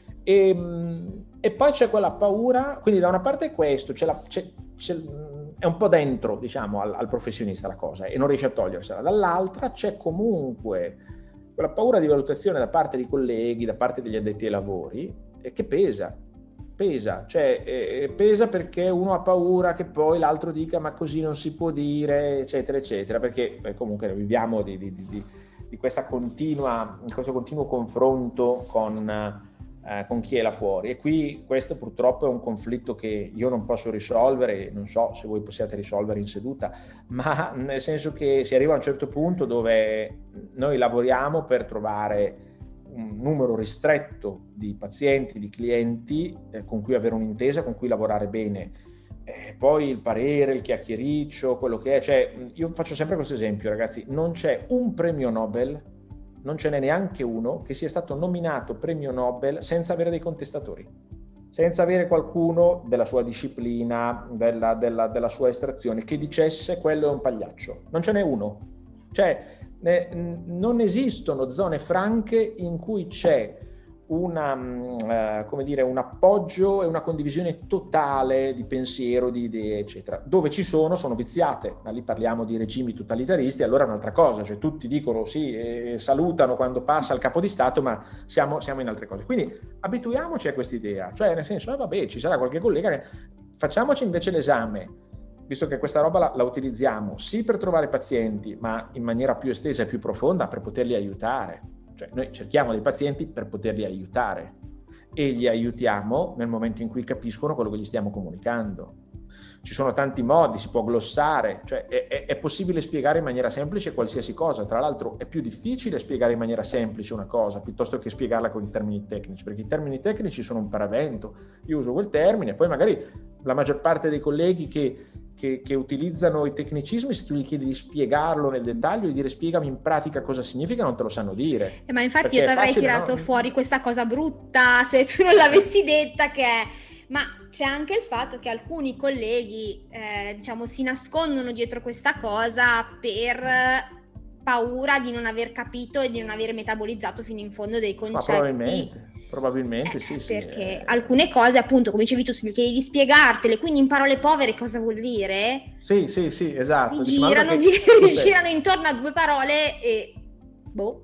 [SPEAKER 2] E poi c'è quella paura, quindi da una parte questo, è un po' dentro, diciamo, al professionista la cosa, e non riesce a togliersela. Dall'altra c'è comunque quella paura di valutazione da parte dei colleghi, da parte degli addetti ai lavori, che pesa, pesa perché uno ha paura che poi l'altro dica ma così non si può dire, eccetera, eccetera, perché comunque viviamo di questo continuo confronto con chi è là fuori, e qui questo purtroppo è un conflitto che io non posso risolvere, non so se voi possiate risolvere in seduta, ma nel senso che si arriva a un certo punto dove noi lavoriamo per trovare un numero ristretto di pazienti, di clienti con cui avere un'intesa, con cui lavorare bene. Poi il parere, il chiacchiericcio, quello che è, cioè io faccio sempre questo esempio, ragazzi: non c'è un premio Nobel, non ce n'è neanche uno che sia stato nominato premio Nobel senza avere dei contestatori, senza avere qualcuno della sua disciplina, della sua estrazione, che dicesse quello è un pagliaccio. Non ce n'è uno. Cioè non esistono zone franche in cui c'è un appoggio e una condivisione totale di pensiero, di idee, eccetera. Dove ci sono viziate, ma lì parliamo di regimi totalitaristi, allora è un'altra cosa, cioè tutti dicono sì, salutano quando passa il capo di Stato, ma siamo in altre cose. Quindi abituiamoci a questa idea, cioè nel senso, vabbè, ci sarà qualche collega che facciamoci invece l'esame, visto che questa roba la utilizziamo sì per trovare pazienti, ma in maniera più estesa e più profonda per poterli aiutare. cioè noi cerchiamo dei pazienti per poterli aiutare e li aiutiamo nel momento in cui capiscono quello che gli stiamo comunicando. Ci sono tanti modi, si può glossare, cioè è possibile spiegare in maniera semplice qualsiasi cosa. Tra l'altro è più difficile spiegare in maniera semplice una cosa piuttosto che spiegarla con i termini tecnici, perché i termini tecnici sono un paravento. Io uso quel termine, poi magari la maggior parte dei colleghi che utilizzano i tecnicismi, se tu gli chiedi di spiegarlo nel dettaglio, di dire spiegami in pratica cosa significa, non te lo sanno dire.
[SPEAKER 3] Ma infatti io ti avrei tirato fuori questa cosa brutta se tu non l'avessi detta, che è... Ma c'è anche il fatto che alcuni colleghi, diciamo, si nascondono dietro questa cosa per paura di non aver capito e di non aver metabolizzato fino in fondo dei concetti.
[SPEAKER 2] Probabilmente sì.
[SPEAKER 3] Perché alcune cose, appunto, come dicevi tu, se gli chiedi di spiegartele, quindi in parole povere cosa vuol dire?
[SPEAKER 2] Sì, esatto.
[SPEAKER 3] Girano intorno a due parole e boh.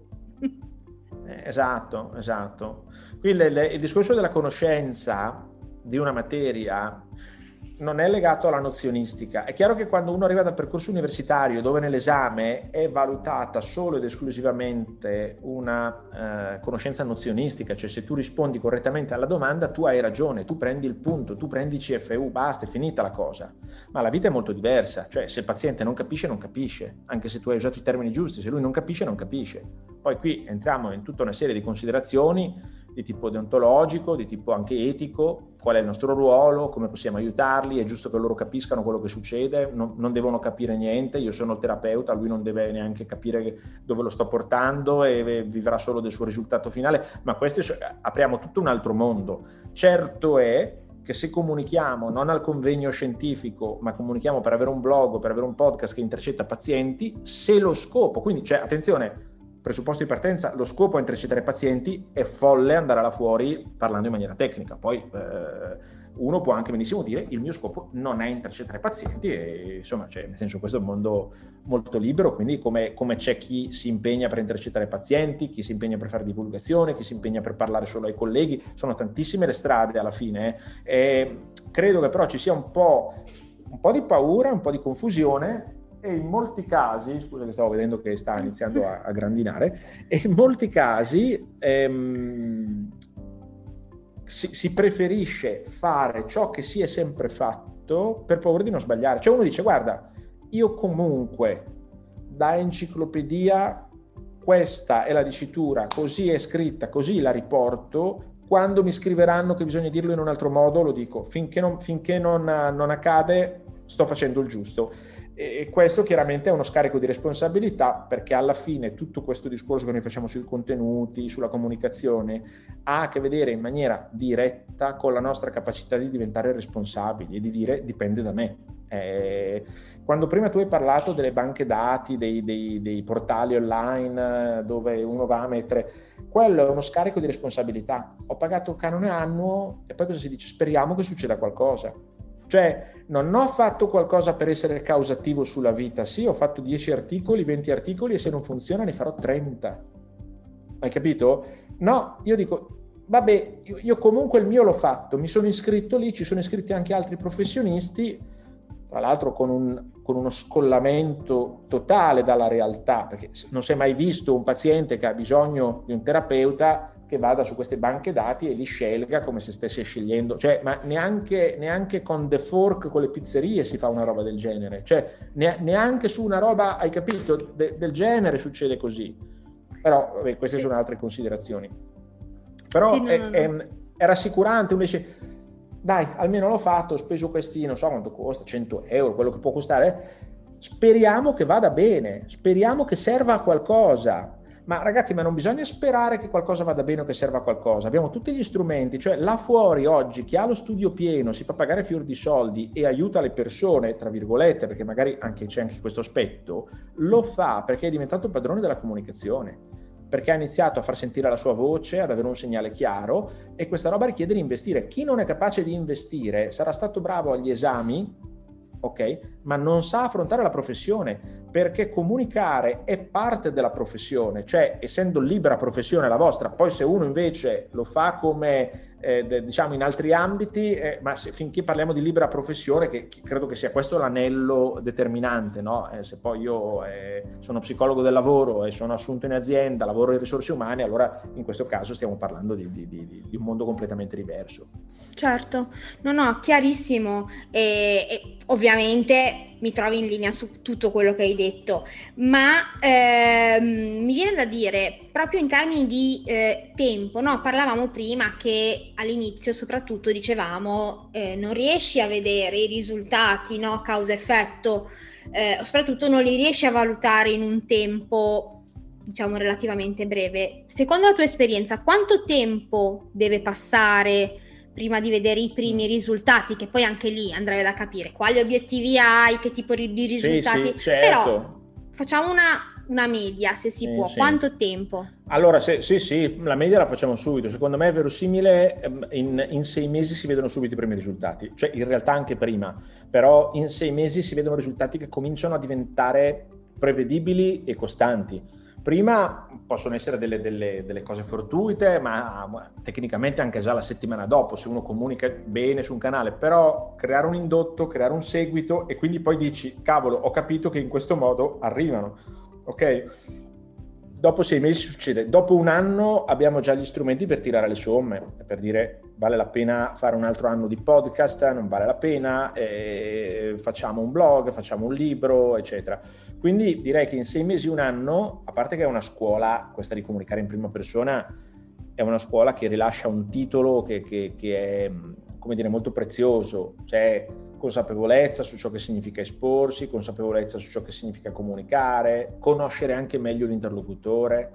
[SPEAKER 2] Esatto. Qui il discorso della conoscenza di una materia non è legato alla nozionistica. È chiaro che quando uno arriva dal percorso universitario dove nell'esame è valutata solo ed esclusivamente una conoscenza nozionistica, cioè se tu rispondi correttamente alla domanda tu hai ragione, tu prendi il punto, tu prendi CFU, basta, è finita la cosa. Ma la vita è molto diversa, cioè se il paziente non capisce, anche se tu hai usato i termini giusti, se lui non capisce, non capisce. Poi qui entriamo in tutta una serie di considerazioni di tipo deontologico, di tipo anche etico, qual è il nostro ruolo, come possiamo aiutarli, è giusto che loro capiscano quello che succede, non devono capire niente, io sono il terapeuta, lui non deve neanche capire dove lo sto portando e vivrà solo del suo risultato finale, ma questo apriamo tutto un altro mondo. Certo è che se comunichiamo non al convegno scientifico, ma comunichiamo per avere un blog, per avere un podcast che intercetta pazienti, se lo scopo, quindi attenzione, presupposto di partenza, lo scopo è intercettare pazienti, è folle andare là fuori parlando in maniera tecnica. Poi uno può anche benissimo dire il mio scopo non è intercettare pazienti e insomma, nel senso, questo è un mondo molto libero, quindi come c'è chi si impegna per intercettare pazienti, chi si impegna per fare divulgazione, chi si impegna per parlare solo ai colleghi, sono tantissime le strade alla fine. Credo che però ci sia un po' di paura, un po' di confusione. E in molti casi, scusa che stavo vedendo che sta iniziando a grandinare, e in molti casi si preferisce fare ciò che si è sempre fatto per paura di non sbagliare. Cioè uno dice, guarda, io comunque da enciclopedia questa è la dicitura, così è scritta, così la riporto, quando mi scriveranno che bisogna dirlo in un altro modo lo dico, finché non accade sto facendo il giusto. E questo chiaramente è uno scarico di responsabilità, perché alla fine tutto questo discorso che noi facciamo sui contenuti, sulla comunicazione, ha a che vedere in maniera diretta con la nostra capacità di diventare responsabili e di dire dipende da me. Quando prima tu hai parlato delle banche dati, dei portali online dove uno va a mettere, quello è uno scarico di responsabilità. Ho pagato il canone annuo e poi cosa si dice? Speriamo che succeda qualcosa. Cioè non ho fatto qualcosa per essere causativo sulla vita, sì, ho fatto 10 articoli, 20 articoli e se non funziona ne farò 30. Hai capito? No, io dico, vabbè, io comunque il mio l'ho fatto, mi sono iscritto lì, ci sono iscritti anche altri professionisti, tra l'altro con uno scollamento totale dalla realtà, perché non si è mai visto un paziente che ha bisogno di un terapeuta che vada su queste banche dati e li scelga come se stesse scegliendo, cioè, ma neanche con The Fork, con le pizzerie si fa una roba del genere, cioè neanche su una roba, hai capito, del genere succede così. Però vabbè, queste sono altre considerazioni. Però sì, è rassicurante, invece, dai, almeno l'ho fatto, ho speso questi, non so quanto costa, 100 euro, quello che può costare, speriamo che vada bene, speriamo che serva a qualcosa. Ma ragazzi, non bisogna sperare che qualcosa vada bene o che serva a qualcosa. Abbiamo tutti gli strumenti, cioè là fuori oggi chi ha lo studio pieno, si fa pagare fior di soldi e aiuta le persone, tra virgolette, perché magari c'è anche questo aspetto, lo fa perché è diventato padrone della comunicazione, perché ha iniziato a far sentire la sua voce, ad avere un segnale chiaro, e questa roba richiede di investire. Chi non è capace di investire sarà stato bravo agli esami, ok, ma non sa affrontare la professione, perché comunicare è parte della professione, cioè essendo libera professione la vostra. Poi se uno invece lo fa come diciamo in altri ambiti, ma finché parliamo di libera professione, che credo che sia questo l'anello determinante, no? Se poi io sono psicologo del lavoro e sono assunto in azienda, lavoro in risorse umane, allora in questo caso stiamo parlando di un mondo completamente diverso.
[SPEAKER 3] Certo, no, chiarissimo, e ovviamente mi trovi in linea su tutto quello che hai detto, ma mi viene da dire, proprio in termini di tempo, no? Parlavamo prima che all'inizio soprattutto dicevamo non riesci a vedere i risultati, no? Causa-effetto, soprattutto non li riesci a valutare in un tempo, diciamo, relativamente breve. Secondo la tua esperienza, quanto tempo deve passare prima di vedere i primi risultati, che poi anche lì andrebbe da capire quali obiettivi hai, che tipo di risultati,
[SPEAKER 2] sì, certo.
[SPEAKER 3] Però facciamo una media, se si può.
[SPEAKER 2] Sì.
[SPEAKER 3] Quanto tempo?
[SPEAKER 2] Allora, sì, la media la facciamo subito. Secondo me è verosimile, in 6 mesi si vedono subito i primi risultati, cioè in realtà anche prima, però in 6 mesi si vedono risultati che cominciano a diventare prevedibili e costanti. Prima possono essere delle cose fortuite, ma tecnicamente anche già la settimana dopo, se uno comunica bene su un canale, però creare un indotto, creare un seguito, e quindi poi dici, cavolo, ho capito che in questo modo arrivano, ok? Dopo 6 mesi succede, dopo un anno abbiamo già gli strumenti per tirare le somme, per dire vale la pena fare un altro anno di podcast, non vale la pena, facciamo un blog, facciamo un libro, eccetera. Quindi direi che in 6 mesi, un anno, a parte che è una scuola, questa di comunicare in prima persona, è una scuola che rilascia un titolo che è, come dire, molto prezioso, cioè consapevolezza su ciò che significa esporsi, consapevolezza su ciò che significa comunicare, conoscere anche meglio l'interlocutore.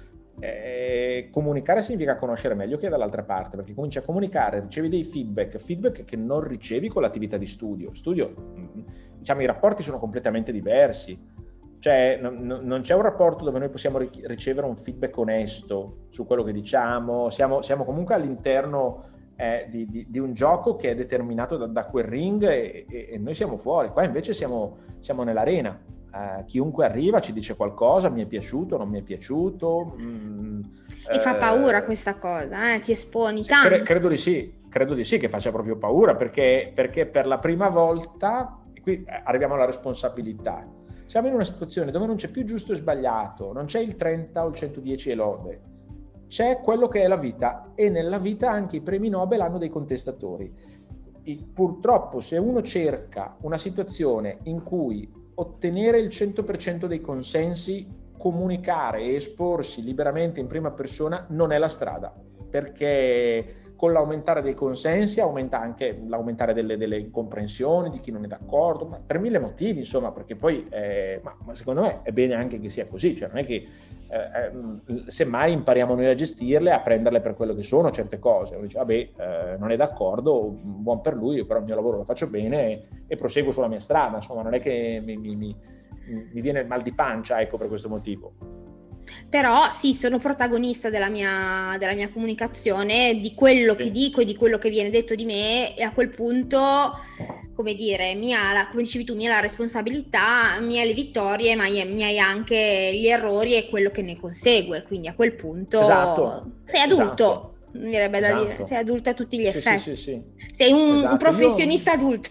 [SPEAKER 2] Comunicare significa conoscere meglio chi è dall'altra parte, perché cominci a comunicare, ricevi dei feedback che non ricevi con l'attività di studio, diciamo, i rapporti sono completamente diversi, cioè non c'è un rapporto dove noi possiamo ricevere un feedback onesto su quello che diciamo, siamo comunque all'interno di un gioco che è determinato da quel ring, e noi siamo fuori. Qua invece siamo nell'arena. Chiunque arriva ci dice qualcosa, mi è piaciuto, non mi è piaciuto.
[SPEAKER 3] E fa paura questa cosa, ti esponi tanto.
[SPEAKER 2] Credo di sì che faccia proprio paura, perché per la prima volta, qui arriviamo alla responsabilità, siamo in una situazione dove non c'è più giusto e sbagliato, non c'è il 30 o il 110 e lode, c'è quello che è la vita, e nella vita anche i premi Nobel hanno dei contestatori. Purtroppo, se uno cerca una situazione in cui ottenere il 100% dei consensi, comunicare e esporsi liberamente in prima persona non è la strada, perché con l'aumentare dei consensi aumenta anche l'aumentare delle incomprensioni di chi non è d'accordo, ma per 1000 motivi, insomma, perché poi ma secondo me è bene anche che sia così, cioè non è che semmai impariamo noi a gestirle, a prenderle per quello che sono certe cose. Uno dice vabbè, non è d'accordo, buon per lui, io però il mio lavoro lo faccio bene e proseguo sulla mia strada, insomma, non è che mi viene il mal di pancia, ecco, per questo motivo.
[SPEAKER 3] Però sì, sono protagonista della mia comunicazione, di quello che dico e di quello che viene detto di me, e a quel punto, come dire, come dicevi tu, mi ha la responsabilità, mi ha le vittorie, ma mi hai anche gli errori e quello che ne consegue, quindi a quel punto sei adulto, mi verrebbe da dire, sei adulto a tutti gli effetti.
[SPEAKER 2] Sì.
[SPEAKER 3] Sei un professionista adulto.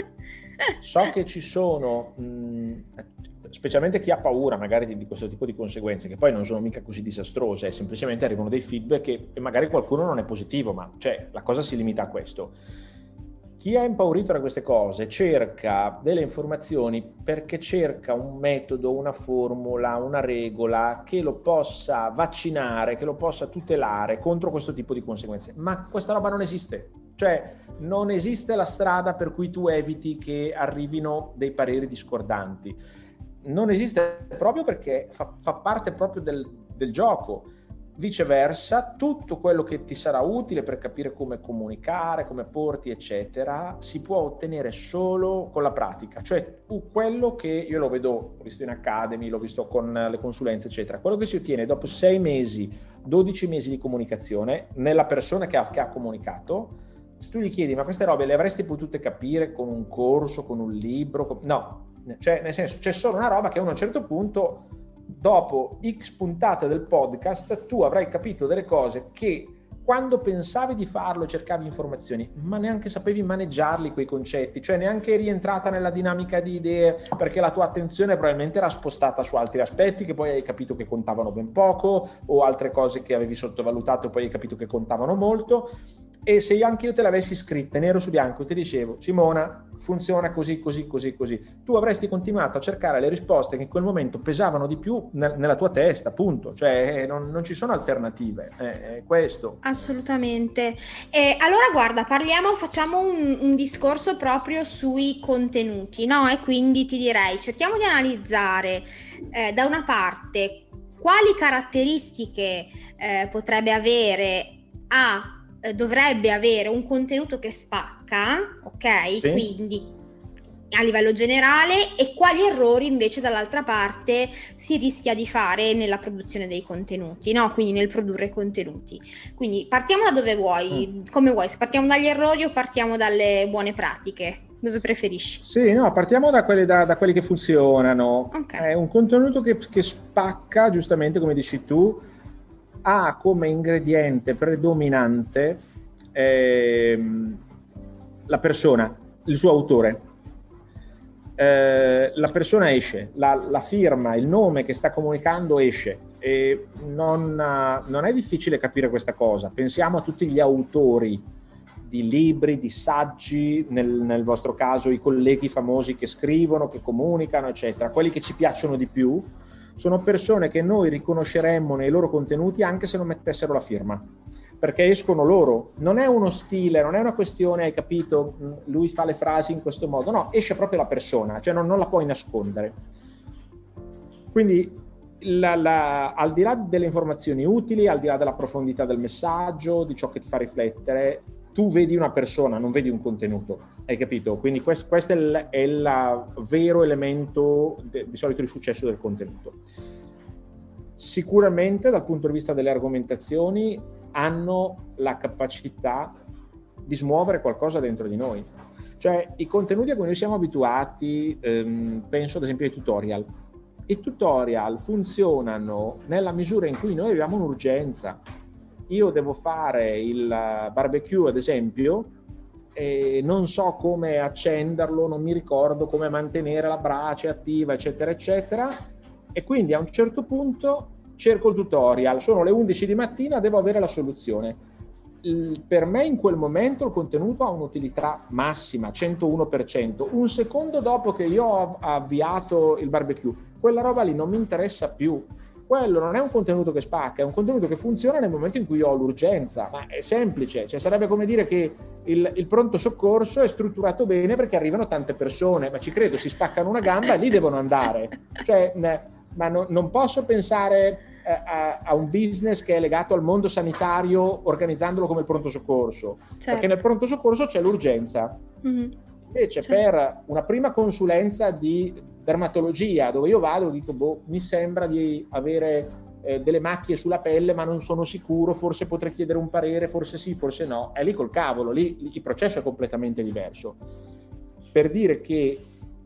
[SPEAKER 2] So che ci sono, specialmente chi ha paura magari di questo tipo di conseguenze, che poi non sono mica così disastrose, semplicemente arrivano dei feedback e magari qualcuno non è positivo, ma cioè la cosa si limita a questo. Chi è impaurito da queste cose cerca delle informazioni perché cerca un metodo, una formula, una regola che lo possa vaccinare, che lo possa tutelare contro questo tipo di conseguenze, ma questa roba non esiste. Cioè non esiste la strada per cui tu eviti che arrivino dei pareri discordanti. Non esiste, proprio perché fa parte proprio del gioco. Viceversa, tutto quello che ti sarà utile per capire come comunicare, come porti, eccetera, si può ottenere solo con la pratica. Cioè quello che io l'ho visto in Academy, l'ho visto con le consulenze, eccetera, quello che si ottiene dopo 6 mesi, 12 mesi di comunicazione nella persona che ha comunicato. Se tu gli chiedi ma queste robe le avresti potute capire con un corso, con un libro? No, cioè nel senso c'è solo una roba che a un certo punto, dopo X puntate del podcast, tu avrai capito delle cose che quando pensavi di farlo, cercavi informazioni, ma neanche sapevi maneggiarli quei concetti, cioè neanche eri entrata nella dinamica di idee, perché la tua attenzione probabilmente era spostata su altri aspetti che poi hai capito che contavano ben poco, o altre cose che avevi sottovalutato e poi hai capito che contavano molto. E se anche io te l'avessi scritta nero su bianco, ti dicevo: Simona, funziona così, così, così, così, tu avresti continuato a cercare le risposte che in quel momento pesavano di più nella tua testa, appunto. Cioè non ci sono alternative, è questo.
[SPEAKER 3] Assolutamente. Allora guarda, facciamo un discorso proprio sui contenuti, no? E quindi ti direi, cerchiamo di analizzare da una parte quali caratteristiche potrebbe avere dovrebbe avere un contenuto che spacca, ok? Sì. Quindi a livello generale, e quali errori invece dall'altra parte si rischia di fare nella produzione dei contenuti, no? Quindi nel produrre contenuti. Quindi partiamo da dove vuoi, come vuoi, se partiamo dagli errori o partiamo dalle buone pratiche, dove preferisci?
[SPEAKER 2] Sì, no, partiamo da quelli che funzionano.
[SPEAKER 3] Okay.
[SPEAKER 2] È un contenuto che spacca, giustamente come dici tu, ha come ingrediente predominante la persona, il suo autore. La persona esce, la firma, il nome che sta comunicando esce, e non è difficile capire questa cosa. Pensiamo a tutti gli autori di libri, di saggi, nel vostro caso i colleghi famosi che scrivono, che comunicano, eccetera. Quelli che ci piacciono di più sono persone che noi riconosceremmo nei loro contenuti anche se non mettessero la firma, perché escono loro. Non è uno stile, non è una questione, hai capito, lui fa le frasi in questo modo, no, esce proprio la persona, cioè non la puoi nascondere. Quindi al di là delle informazioni utili, al di là della profondità del messaggio, di ciò che ti fa riflettere, tu vedi una persona, non vedi un contenuto, hai capito? Quindi questo è il vero elemento di solito di successo del contenuto. Sicuramente dal punto di vista delle argomentazioni hanno la capacità di smuovere qualcosa dentro di noi. Cioè i contenuti a cui noi siamo abituati, penso ad esempio ai tutorial. I tutorial funzionano nella misura in cui noi abbiamo un'urgenza. Io devo fare il barbecue, ad esempio, e non so come accenderlo, non mi ricordo come mantenere la brace attiva, eccetera, eccetera. E quindi a un certo punto cerco il tutorial. Sono le 11 di mattina, devo avere la soluzione. Per me in quel momento il contenuto ha un'utilità massima, 101%. Un secondo dopo che io ho avviato il barbecue, quella roba lì non mi interessa più. Quello non è un contenuto che spacca, è un contenuto che funziona nel momento in cui ho l'urgenza. Ma è semplice, cioè sarebbe come dire che il pronto soccorso è strutturato bene perché arrivano tante persone, ma ci credo, si spaccano una gamba e lì devono andare. Cioè, ma non posso pensare a un business che è legato al mondo sanitario organizzandolo come il pronto soccorso, certo. Perché nel pronto soccorso c'è l'urgenza. Mm-hmm. Invece certo. Per una prima consulenza di dermatologia, dove io vado, dico, mi sembra di avere delle macchie sulla pelle, ma non sono sicuro, forse potrei chiedere un parere, forse sì, forse no. È lì col cavolo, lì il processo è completamente diverso. Per dire che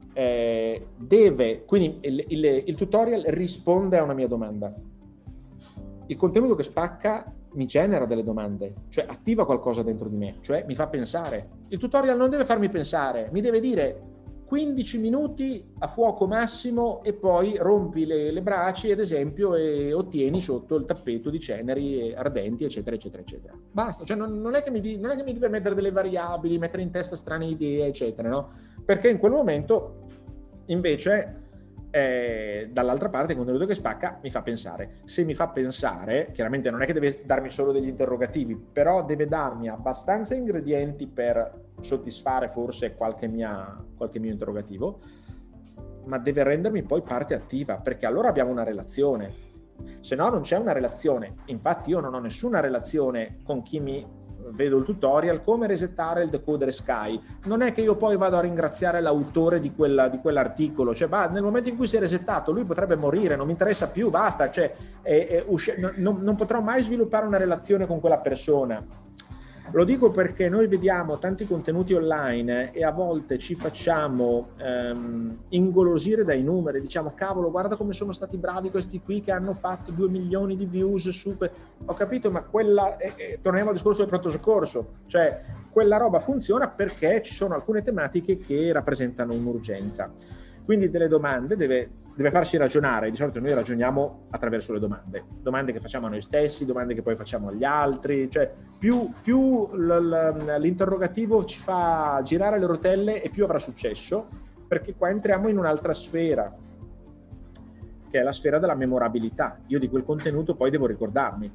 [SPEAKER 2] quindi il tutorial risponde a una mia domanda. Il contenuto che spacca mi genera delle domande, cioè attiva qualcosa dentro di me, cioè mi fa pensare. Il tutorial non deve farmi pensare, mi deve dire 15 minuti a fuoco massimo e poi rompi le braci, ad esempio, e ottieni sotto il tappeto di ceneri ardenti, eccetera, eccetera, eccetera. Basta, cioè non è che mi deve mettere delle variabili, mettere in testa strane idee, eccetera, no? Perché in quel momento, invece, dall'altra parte il contenuto che spacca mi fa pensare. Se mi fa pensare, chiaramente non è che deve darmi solo degli interrogativi, però deve darmi abbastanza ingredienti per soddisfare forse qualche mio interrogativo, ma deve rendermi poi parte attiva, perché allora abbiamo una relazione. Se no non c'è una relazione. Infatti io non ho nessuna relazione con chi vedo il tutorial come resettare il decoder Sky. Non è che io poi vado a ringraziare l'autore di quell'articolo, cioè nel momento in cui si è resettato lui potrebbe morire, non mi interessa più, basta, cioè non potrò mai sviluppare una relazione con quella persona. Lo dico perché noi vediamo tanti contenuti online e a volte ci facciamo ingolosire dai numeri, diciamo cavolo, guarda come sono stati bravi questi qui che hanno fatto 2 milioni di views su... Ho capito, ma quella... torniamo al discorso del pronto soccorso, cioè quella roba funziona perché ci sono alcune tematiche che rappresentano un'urgenza. Quindi delle domande deve farci ragionare. Di solito noi ragioniamo attraverso le domande che facciamo a noi stessi, domande che poi facciamo agli altri, cioè più l'interrogativo ci fa girare le rotelle e più avrà successo, perché qua entriamo in un'altra sfera, che è la sfera della memorabilità. Io di quel contenuto poi devo ricordarmi,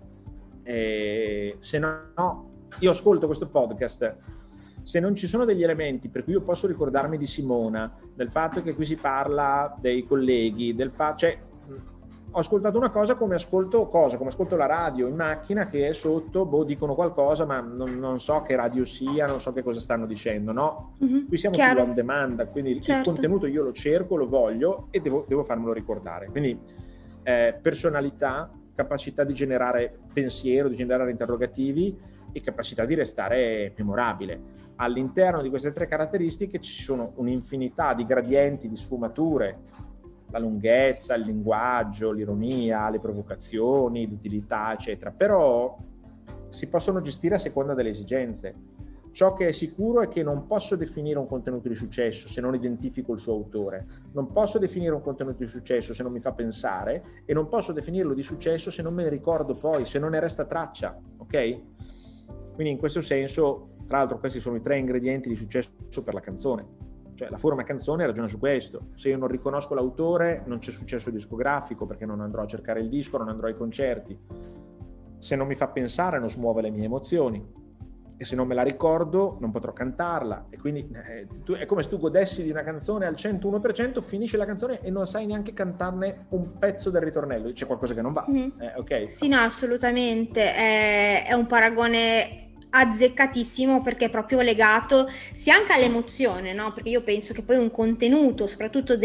[SPEAKER 2] se no io ascolto questo podcast, se non ci sono degli elementi per cui io posso ricordarmi di Simona, del fatto che qui si parla dei colleghi, cioè ho ascoltato una cosa come ascolto la radio in macchina, che è sotto, dicono qualcosa, ma non so che radio sia, non so che cosa stanno dicendo, no? Qui siamo sulla on demand, quindi il contenuto io lo cerco, lo voglio e devo farmelo ricordare. Quindi personalità, capacità di generare pensiero, di generare interrogativi e capacità di restare memorabile. All'interno di queste 3 caratteristiche ci sono un'infinità di gradienti, di sfumature, la lunghezza, il linguaggio, l'ironia, le provocazioni, l'utilità, eccetera. Però si possono gestire a seconda delle esigenze. Ciò che è sicuro è che non posso definire un contenuto di successo se non identifico il suo autore, non posso definire un contenuto di successo se non mi fa pensare, e non posso definirlo di successo se non me ne ricordo poi, se non ne resta traccia, ok? Quindi in questo senso, tra l'altro, questi sono i 3 ingredienti di successo per la canzone. Cioè la forma canzone ragiona su questo. Se io non riconosco l'autore, non c'è successo discografico, perché non andrò a cercare il disco, non andrò ai concerti. Se non mi fa pensare, non smuove le mie emozioni. E se non me la ricordo, non potrò cantarla. E quindi è come se tu godessi di una canzone al 101%, finisce la canzone e non sai neanche cantarne un pezzo del ritornello. C'è qualcosa che non va. Ok?
[SPEAKER 3] Sì, no, assolutamente. È un paragone azzeccatissimo, perché è proprio legato sia anche all'emozione, no? Perché io penso che poi un contenuto, soprattutto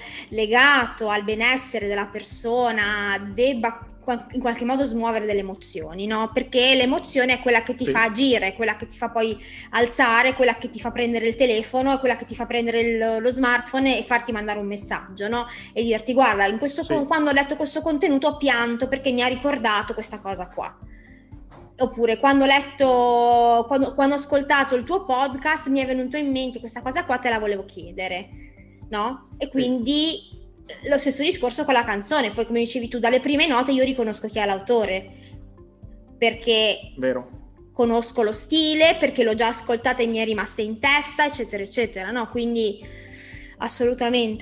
[SPEAKER 3] legato al benessere della persona, debba in qualche modo smuovere delle emozioni, no? Perché l'emozione è quella che ti fa agire, quella che ti fa poi alzare, quella che ti fa prendere il telefono, è quella che ti fa prendere lo smartphone e farti mandare un messaggio, no? E dirti guarda, quando ho letto questo contenuto ho pianto perché mi ha ricordato questa cosa qua. Oppure quando ho ascoltato il tuo podcast mi è venuto in mente questa cosa qua, te la volevo chiedere, no? E quindi lo stesso discorso con la canzone. Poi, come dicevi tu, dalle prime note io riconosco chi è l'autore, perché conosco lo stile, perché l'ho già ascoltata e mi è rimasta in testa, eccetera eccetera, no? Quindi assolutamente.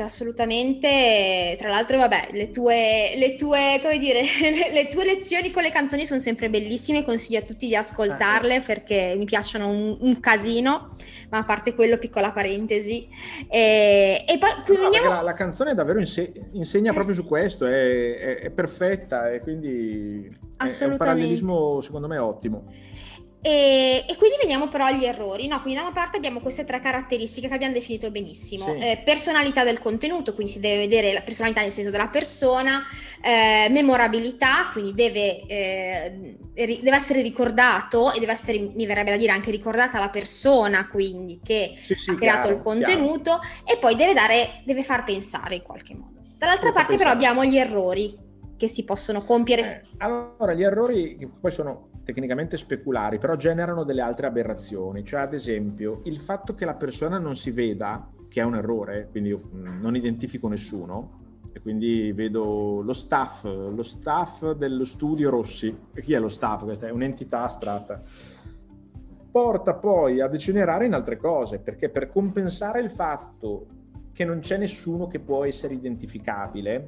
[SPEAKER 3] Tra l'altro, vabbè, le tue come dire, le tue lezioni con le canzoni sono sempre bellissime, consiglio a tutti di ascoltarle perché mi piacciono un casino, ma a parte quello, piccola parentesi. E poi
[SPEAKER 2] la canzone davvero insegna proprio su questo, è perfetta, e quindi è un parallelismo secondo me ottimo.
[SPEAKER 3] E quindi veniamo però agli errori, no? Quindi da una parte abbiamo queste 3 caratteristiche che abbiamo definito benissimo. Personalità del contenuto, quindi si deve vedere la personalità nel senso della persona, memorabilità, quindi deve essere ricordato e deve essere, mi verrebbe da dire, anche ricordata la persona, quindi che ha creato il contenuto, e poi deve far pensare in qualche modo. Dall'altra parte però abbiamo gli errori che si possono compiere.
[SPEAKER 2] Allora, gli errori che poi sono tecnicamente speculari, però generano delle altre aberrazioni, cioè ad esempio il fatto che la persona non si veda che è un errore, quindi io non identifico nessuno e quindi vedo lo staff dello studio Rossi. E chi è lo staff? Questa è un'entità astratta, porta poi a degenerare in altre cose, perché per compensare il fatto che non c'è nessuno che può essere identificabile,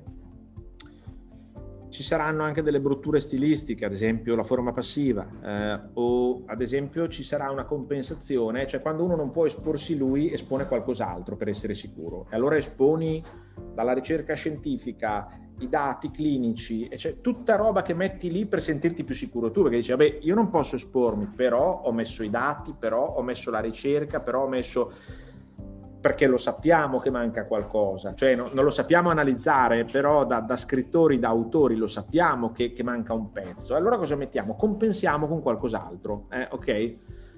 [SPEAKER 2] ci saranno anche delle brutture stilistiche, ad esempio la forma passiva, o ad esempio ci sarà una compensazione, cioè quando uno non può esporsi lui, espone qualcos'altro per essere sicuro, e allora esponi dalla ricerca scientifica, i dati clinici, e cioè tutta roba che metti lì per sentirti più sicuro tu, perché dici vabbè, io non posso espormi, però ho messo i dati, però ho messo la ricerca, però ho messo... perché lo sappiamo che manca qualcosa, cioè non lo sappiamo analizzare, però da scrittori, da autori lo sappiamo che manca un pezzo. Allora cosa mettiamo? Compensiamo con qualcos'altro, ok?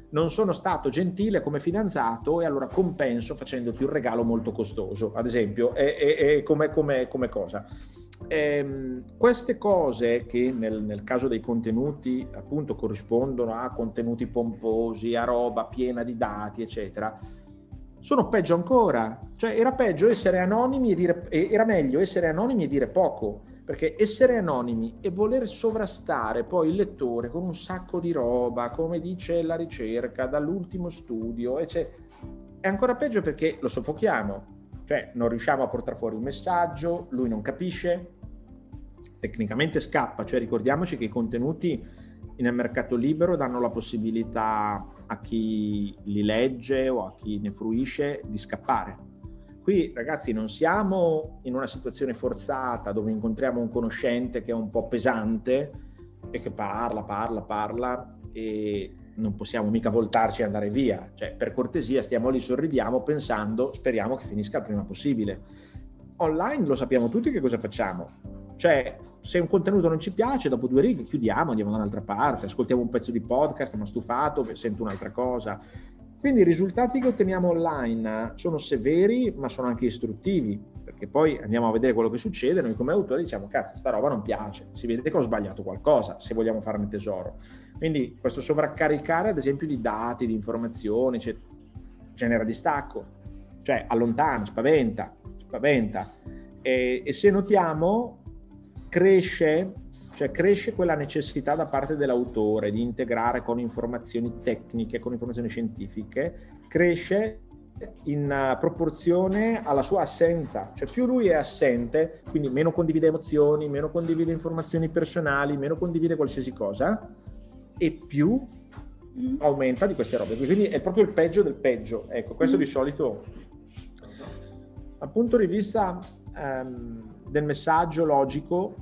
[SPEAKER 2] non sono stato gentile come fidanzato e allora compenso facendoti un regalo molto costoso, ad esempio, come cosa. Queste cose che nel caso dei contenuti appunto corrispondono a contenuti pomposi, a roba piena di dati, eccetera, sono peggio ancora. Cioè era meglio essere anonimi e dire poco, perché essere anonimi e voler sovrastare poi il lettore con un sacco di roba, come dice la ricerca, dall'ultimo studio, eccetera, è ancora peggio, perché lo soffochiamo. Cioè non riusciamo a portare fuori un messaggio, lui non capisce, tecnicamente scappa. Cioè ricordiamoci che i contenuti nel mercato libero danno la possibilità a chi li legge o a chi ne fruisce di scappare. Qui ragazzi non siamo in una situazione forzata dove incontriamo un conoscente che è un po' pesante e che parla e non possiamo mica voltarci e andare via. Cioè, per cortesia stiamo lì, sorridiamo, pensando, speriamo che finisca il prima possibile. Online lo sappiamo tutti che cosa facciamo. Cioè, se un contenuto non ci piace, dopo 2 righe chiudiamo, andiamo da un'altra parte, ascoltiamo un pezzo di podcast, mi ha stufato, sento un'altra cosa. Quindi i risultati che otteniamo online sono severi, ma sono anche istruttivi, perché poi andiamo a vedere quello che succede, noi come autori diciamo, cazzo, sta roba non piace, si vede che ho sbagliato qualcosa, se vogliamo farne tesoro. Quindi questo sovraccaricare, ad esempio, di dati, di informazioni, genera distacco, cioè allontana, spaventa. E se notiamo, cresce quella necessità da parte dell'autore di integrare con informazioni tecniche, con informazioni scientifiche, cresce in proporzione alla sua assenza. Cioè più lui è assente, quindi meno condivide emozioni, meno condivide informazioni personali, meno condivide qualsiasi cosa, e più aumenta di queste robe. Quindi è proprio il peggio del peggio. Ecco, questo di solito, dal punto di vista del messaggio logico,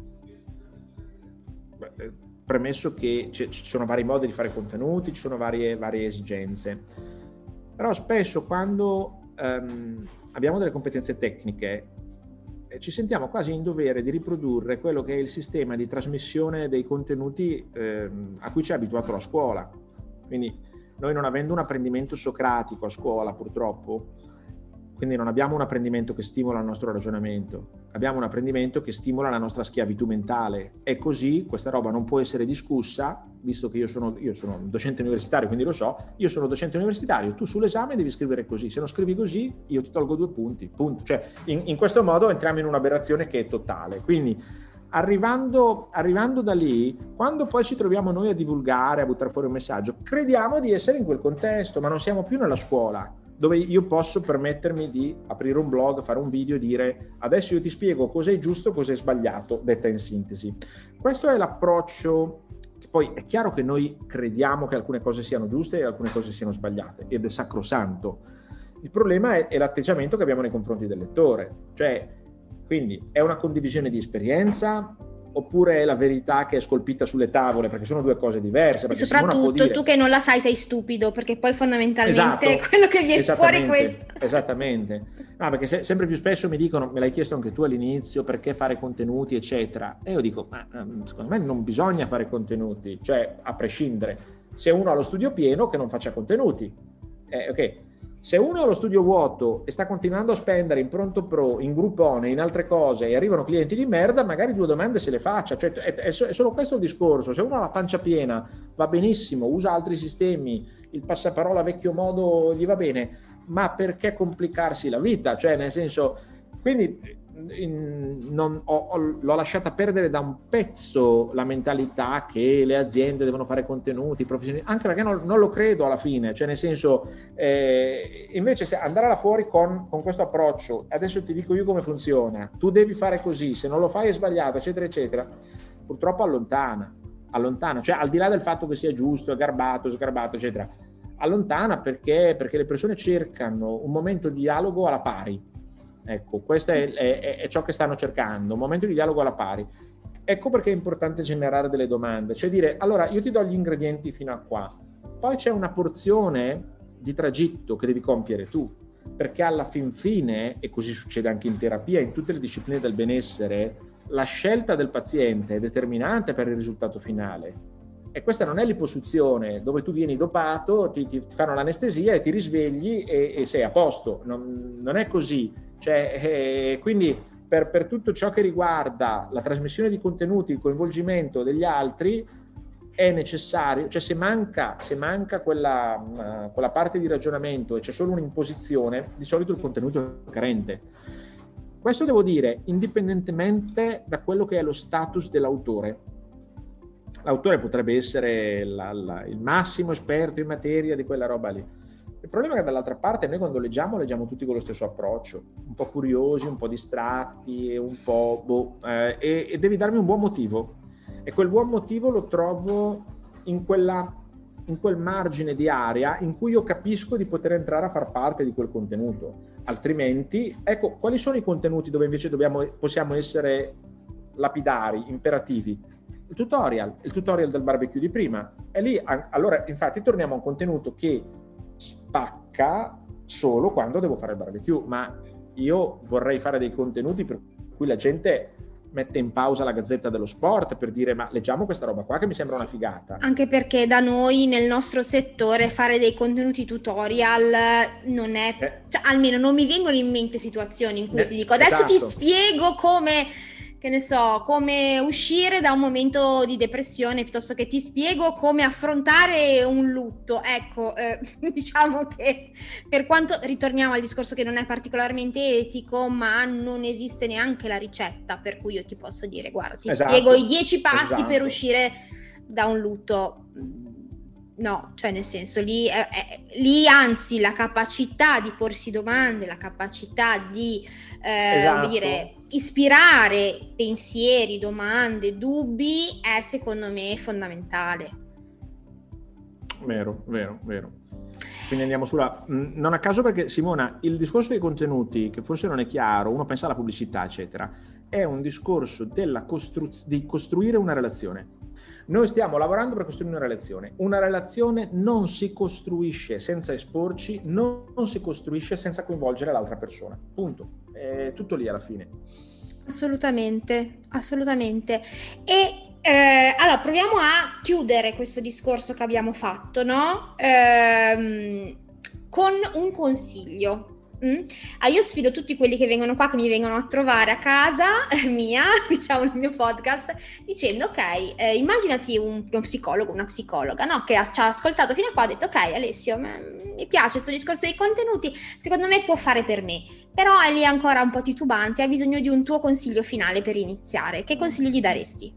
[SPEAKER 2] premesso che ci sono vari modi di fare contenuti, ci sono varie esigenze, però spesso quando abbiamo delle competenze tecniche ci sentiamo quasi in dovere di riprodurre quello che è il sistema di trasmissione dei contenuti a cui ci ha abituato la scuola. Quindi noi, non avendo un apprendimento socratico a scuola, purtroppo, quindi non abbiamo un apprendimento che stimola il nostro ragionamento, abbiamo un apprendimento che stimola la nostra schiavitù mentale. E così questa roba non può essere discussa, visto che io sono docente universitario, quindi lo so, io sono docente universitario, tu sull'esame devi scrivere così, se non scrivi così io ti tolgo 2 punti, punto. Cioè in questo modo entriamo in un'aberrazione che è totale. Quindi arrivando da lì, quando poi ci troviamo noi a divulgare, a buttare fuori un messaggio, crediamo di essere in quel contesto, ma non siamo più nella scuola, dove io posso permettermi di aprire un blog, fare un video e dire adesso io ti spiego cos'è giusto, cos'è sbagliato, detta in sintesi. Questo è l'approccio, che poi è chiaro che noi crediamo che alcune cose siano giuste e alcune cose siano sbagliate, ed è sacrosanto. Il problema è l'atteggiamento che abbiamo nei confronti del lettore. Cioè, quindi è una condivisione di esperienza, oppure è la verità che è scolpita sulle tavole, perché sono 2 cose diverse.
[SPEAKER 3] E soprattutto tu che non la sai sei stupido, perché poi fondamentalmente è quello che viene fuori questo.
[SPEAKER 2] Esattamente. No, perché sempre più spesso mi dicono, me l'hai chiesto anche tu all'inizio, perché fare contenuti eccetera, e io dico, ma secondo me non bisogna fare contenuti, cioè a prescindere. Se uno ha lo studio pieno, che non faccia contenuti, ok. Se uno ha lo studio vuoto e sta continuando a spendere in Pronto Pro, in Groupon, in altre cose, e arrivano clienti di merda, magari 2 domande se le faccia. Cioè, è solo questo il discorso. Se uno ha la pancia piena, va benissimo, usa altri sistemi, il passaparola vecchio modo gli va bene, ma perché complicarsi la vita? Cioè, nel senso, quindi l'ho lasciata perdere da un pezzo la mentalità che le aziende devono fare contenuti professionisti, anche perché non lo credo alla fine. Cioè, nel senso, invece se andare là fuori con questo approccio, adesso ti dico io come funziona, tu devi fare così, se non lo fai è sbagliato, eccetera eccetera, purtroppo allontana, cioè al di là del fatto che sia giusto, sgarbato eccetera, allontana perché le persone cercano un momento di dialogo alla pari. Ecco, questo è ciò che stanno cercando, un momento di dialogo alla pari. Ecco perché è importante generare delle domande, cioè dire, allora io ti do gli ingredienti fino a qua, poi c'è una porzione di tragitto che devi compiere tu, perché alla fin fine, e così succede anche in terapia, in tutte le discipline del benessere, la scelta del paziente è determinante per il risultato finale. E questa non è liposuzione dove tu vieni dopato, ti fanno l'anestesia e ti risvegli e sei a posto. Non è così. Cioè, quindi per tutto ciò che riguarda la trasmissione di contenuti, il coinvolgimento degli altri, è necessario, cioè se manca quella parte di ragionamento e c'è solo un'imposizione, di solito il contenuto è carente. Questo devo dire, indipendentemente da quello che è lo status dell'autore. L'autore potrebbe essere il massimo esperto in materia di quella roba lì. Il problema è che dall'altra parte noi quando leggiamo tutti con lo stesso approccio, un po' curiosi, un po' distratti, un po' e devi darmi un buon motivo. E quel buon motivo lo trovo in quel margine di area in cui io capisco di poter entrare a far parte di quel contenuto. Altrimenti, ecco, quali sono i contenuti dove invece possiamo essere lapidari, imperativi? Il tutorial del barbecue di prima. E lì, allora, infatti, torniamo a un contenuto che spacca solo quando devo fare il barbecue, ma io vorrei fare dei contenuti per cui la gente mette in pausa la Gazzetta dello Sport per dire ma leggiamo questa roba qua che mi sembra una figata.
[SPEAKER 3] Anche perché da noi nel nostro settore fare dei contenuti tutorial non è, cioè, almeno non mi vengono in mente situazioni in cui ti dico adesso ti spiego come, che ne so, come uscire da un momento di depressione, piuttosto che ti spiego come affrontare un lutto. Ecco, diciamo che per quanto, ritorniamo al discorso che non è particolarmente etico, ma non esiste neanche la ricetta per cui io ti posso dire guarda, ti spiego i 10 passi per uscire da un lutto. No, cioè nel senso lì anzi la capacità di porsi domande, la capacità di dire, ispirare pensieri, domande, dubbi è secondo me fondamentale.
[SPEAKER 2] Vero. Quindi andiamo sulla... Non a caso perché Simona, il discorso dei contenuti, che forse non è chiaro, uno pensa alla pubblicità eccetera, è un discorso di costruire una relazione. Noi stiamo lavorando per costruire una relazione non si costruisce senza esporci, non si costruisce senza coinvolgere l'altra persona, punto, è tutto lì alla fine.
[SPEAKER 3] Assolutamente e allora proviamo a chiudere questo discorso che abbiamo fatto, no? Con un consiglio. Io sfido tutti quelli che vengono qua, che mi vengono a trovare a casa mia, diciamo nel mio podcast, dicendo ok, immaginati un psicologo, una psicologa, no? Che ci ha ascoltato fino a qua, ha detto ok Alessio, mi piace questo discorso dei contenuti, secondo me può fare per me, però è lì ancora un po' titubante, ha bisogno di un tuo consiglio finale per iniziare. Che consiglio gli daresti?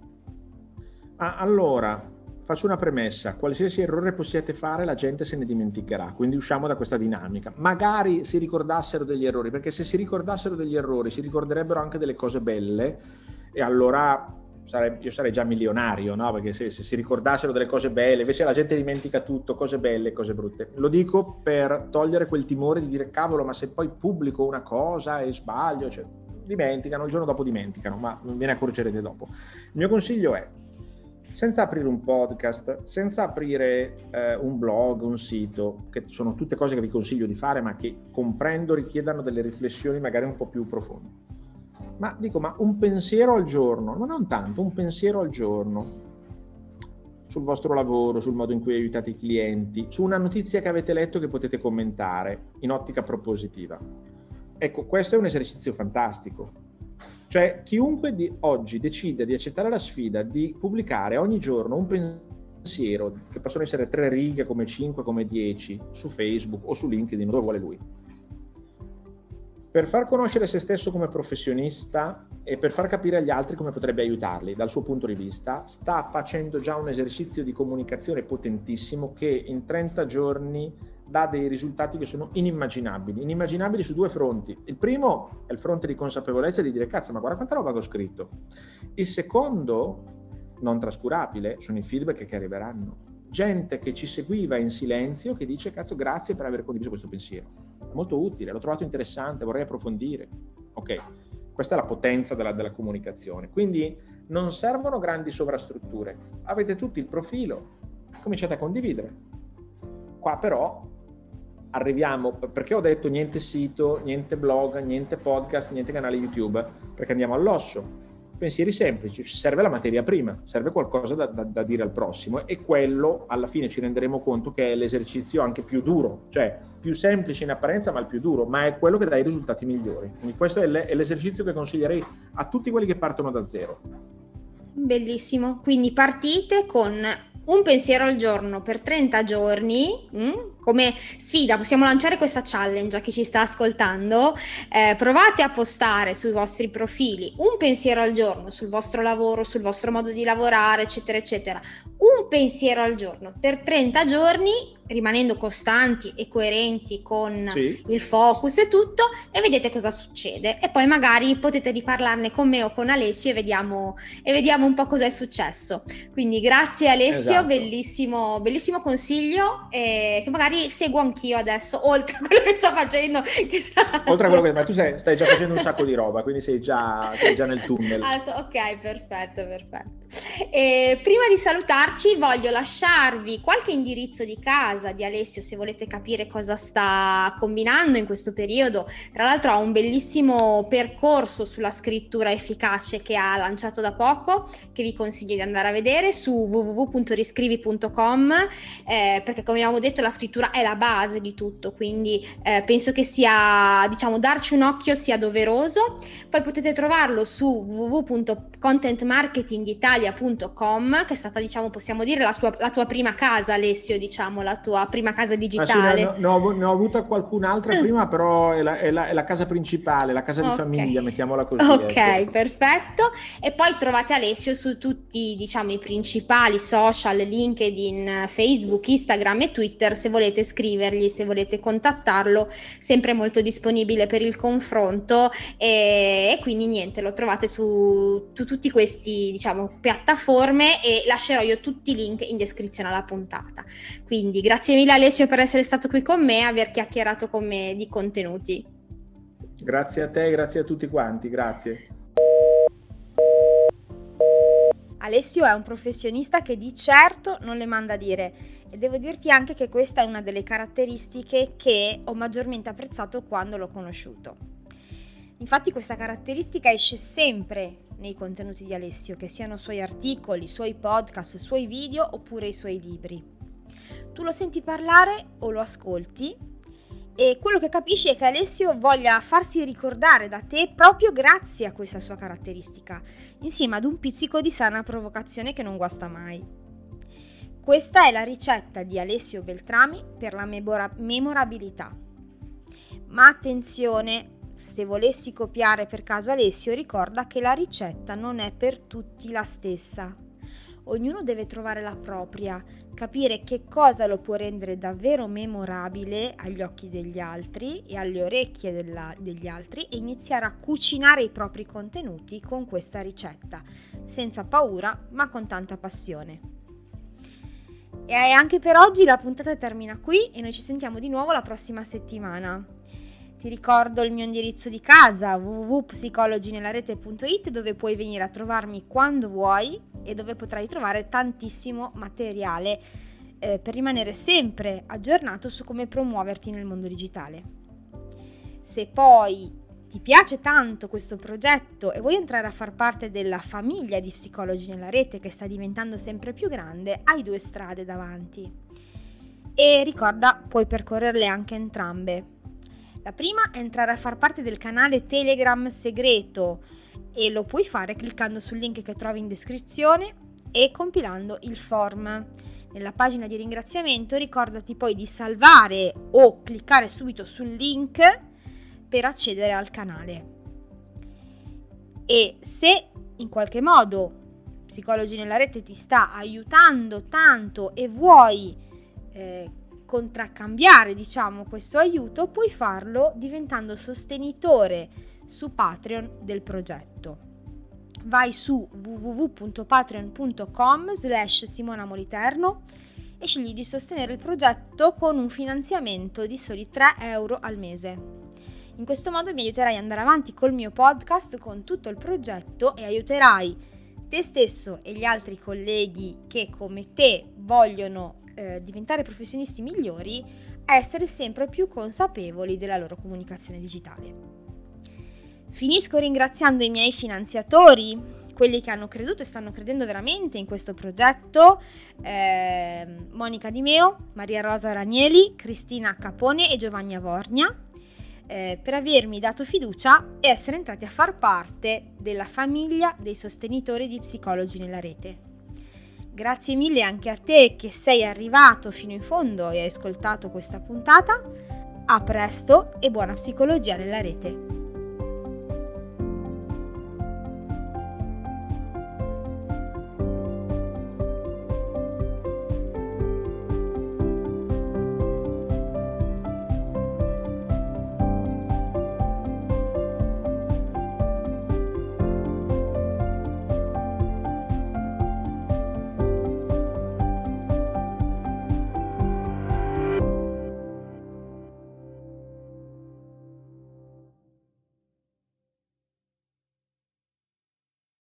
[SPEAKER 2] Allora, faccio una premessa: qualsiasi errore possiate fare la gente se ne dimenticherà, quindi usciamo da questa dinamica. Magari si ricordassero degli errori, perché se si ricordassero degli errori si ricorderebbero anche delle cose belle, e allora io sarei già milionario, no? Perché se si ricordassero delle cose belle, invece la gente dimentica tutto, cose belle e cose brutte. Lo dico per togliere quel timore di dire cavolo, ma se poi pubblico una cosa e sbaglio, cioè dimenticano, il giorno dopo dimenticano, ma ve ne accorgerete dopo. Il mio consiglio è: senza aprire un podcast, senza aprire un blog, un sito, che sono tutte cose che vi consiglio di fare, ma che comprendo richiedano delle riflessioni magari un po' più profonde. Ma un pensiero al giorno, ma non tanto, un pensiero al giorno sul vostro lavoro, sul modo in cui aiutate i clienti, su una notizia che avete letto che potete commentare in ottica propositiva. Ecco, questo è un esercizio fantastico. Cioè, chiunque oggi decide di accettare la sfida di pubblicare ogni giorno un pensiero, che possono essere 3 righe, come 5, come 10, su Facebook o su LinkedIn, dove vuole lui, per far conoscere se stesso come professionista e per far capire agli altri come potrebbe aiutarli dal suo punto di vista, sta facendo già un esercizio di comunicazione potentissimo che in 30 giorni dà dei risultati che sono inimmaginabili su 2 fronti. Il primo è il fronte di consapevolezza di dire cazzo, ma guarda quanta roba che ho scritto. Il secondo, non trascurabile, sono i feedback che arriveranno. Gente che ci seguiva in silenzio che dice cazzo, grazie per aver condiviso questo pensiero, è molto utile, l'ho trovato interessante, vorrei approfondire. Ok, questa è la potenza della comunicazione. Quindi non servono grandi sovrastrutture, avete tutti il profilo, cominciate a condividere. Qua però arriviamo, perché ho detto niente sito, niente blog, niente podcast, niente canale YouTube, perché andiamo all'osso. pensieri semplici, ci serve la materia prima, serve qualcosa da dire al prossimo, e quello alla fine ci renderemo conto che è l'esercizio anche più duro, cioè più semplice in apparenza ma il più duro, ma è quello che dà i risultati migliori. Quindi questo è l'esercizio che consiglierei a tutti quelli che partono da zero.
[SPEAKER 3] Bellissimo, quindi partite con un pensiero al giorno per 30 giorni, come sfida possiamo lanciare questa challenge a chi ci sta ascoltando. Provate a postare sui vostri profili un pensiero al giorno sul vostro lavoro, sul vostro modo di lavorare, eccetera eccetera, un pensiero al giorno per 30 giorni, rimanendo costanti e coerenti con il focus e tutto, e vedete cosa succede, e poi magari potete riparlarne con me o con Alessio e vediamo un po' cosa è successo. Quindi grazie Alessio, esatto. bellissimo consiglio, che magari seguo anch'io adesso, oltre a quello che sto facendo,
[SPEAKER 2] oltre a quello che, ma tu stai già facendo un sacco di roba, quindi sei già nel tunnel.
[SPEAKER 3] Ok, perfetto. E prima di salutarci voglio lasciarvi qualche indirizzo di casa di Alessio, se volete capire cosa sta combinando in questo periodo. Tra l'altro ha un bellissimo percorso sulla scrittura efficace che ha lanciato da poco, che vi consiglio di andare a vedere su www.riscrivi.com, perché come abbiamo detto la scrittura è la base di tutto, quindi penso che sia, darci un occhio sia doveroso. Poi potete trovarlo su www.contentmarketingitalia.com, che è stata, possiamo dire, la tua prima casa, Alessio, la tua prima casa digitale.
[SPEAKER 2] Sì, ne ho avuta qualcun'altra prima, però è la casa principale, la casa di famiglia, mettiamola così.
[SPEAKER 3] Ok, perfetto. E poi trovate Alessio su tutti, i principali social, LinkedIn, Facebook, Instagram e Twitter, se volete scrivergli, se volete contattarlo, sempre molto disponibile per il confronto, e quindi niente, lo trovate su tutti questi, piattaforme, e lascerò io tutti i link in descrizione alla puntata. Quindi grazie mille Alessio per essere stato qui con me e aver chiacchierato con me di contenuti.
[SPEAKER 2] Grazie a te, grazie a tutti quanti, grazie.
[SPEAKER 1] Alessio è un professionista che di certo non le manda a dire, e devo dirti anche che questa è una delle caratteristiche che ho maggiormente apprezzato quando l'ho conosciuto. Infatti questa caratteristica esce sempre nei contenuti di Alessio, che siano suoi articoli, suoi podcast, suoi video oppure i suoi libri. Tu lo senti parlare o lo ascolti e quello che capisci è che Alessio voglia farsi ricordare da te proprio grazie a questa sua caratteristica, insieme ad un pizzico di sana provocazione che non guasta mai. Questa è la ricetta di Alessio Beltrami per la memorabilità. Ma attenzione, se volessi copiare per caso Alessio, ricorda che la ricetta non è per tutti la stessa. Ognuno deve trovare la propria, capire che cosa lo può rendere davvero memorabile agli occhi degli altri e alle orecchie degli altri, e iniziare a cucinare i propri contenuti con questa ricetta, senza paura ma con tanta passione. E anche per oggi la puntata termina qui e noi ci sentiamo di nuovo la prossima settimana. Ti ricordo il mio indirizzo di casa, www.psicologinelarete.it, dove puoi venire a trovarmi quando vuoi e dove potrai trovare tantissimo materiale per rimanere sempre aggiornato su come promuoverti nel mondo digitale. Se poi ti piace tanto questo progetto e vuoi entrare a far parte della famiglia di Psicologi nella Rete, che sta diventando sempre più grande, hai due strade davanti. E ricorda, puoi percorrerle anche entrambe. La prima è entrare a far parte del canale Telegram segreto, e lo puoi fare cliccando sul link che trovi in descrizione e compilando il form. Nella pagina di ringraziamento ricordati poi di salvare o cliccare subito sul link per accedere al canale. E se in qualche modo Psicologi nella Rete ti sta aiutando tanto e vuoi contraccambiare questo aiuto, puoi farlo diventando sostenitore su Patreon del progetto. Vai su www.patreon.com/Simona Moliterno e scegli di sostenere il progetto con un finanziamento di soli 3 euro al mese. In questo modo mi aiuterai ad andare avanti col mio podcast, con tutto il progetto, e aiuterai te stesso e gli altri colleghi che come te vogliono diventare professionisti migliori a essere sempre più consapevoli della loro comunicazione digitale. Finisco ringraziando i miei finanziatori, quelli che hanno creduto e stanno credendo veramente in questo progetto: Monica Di Meo, Maria Rosa Ranieri, Cristina Capone e Giovanni Avorgna, per avermi dato fiducia e essere entrati a far parte della famiglia dei sostenitori di Psicologi nella Rete. Grazie mille anche a te che sei arrivato fino in fondo e hai ascoltato questa puntata. A presto e buona psicologia nella rete!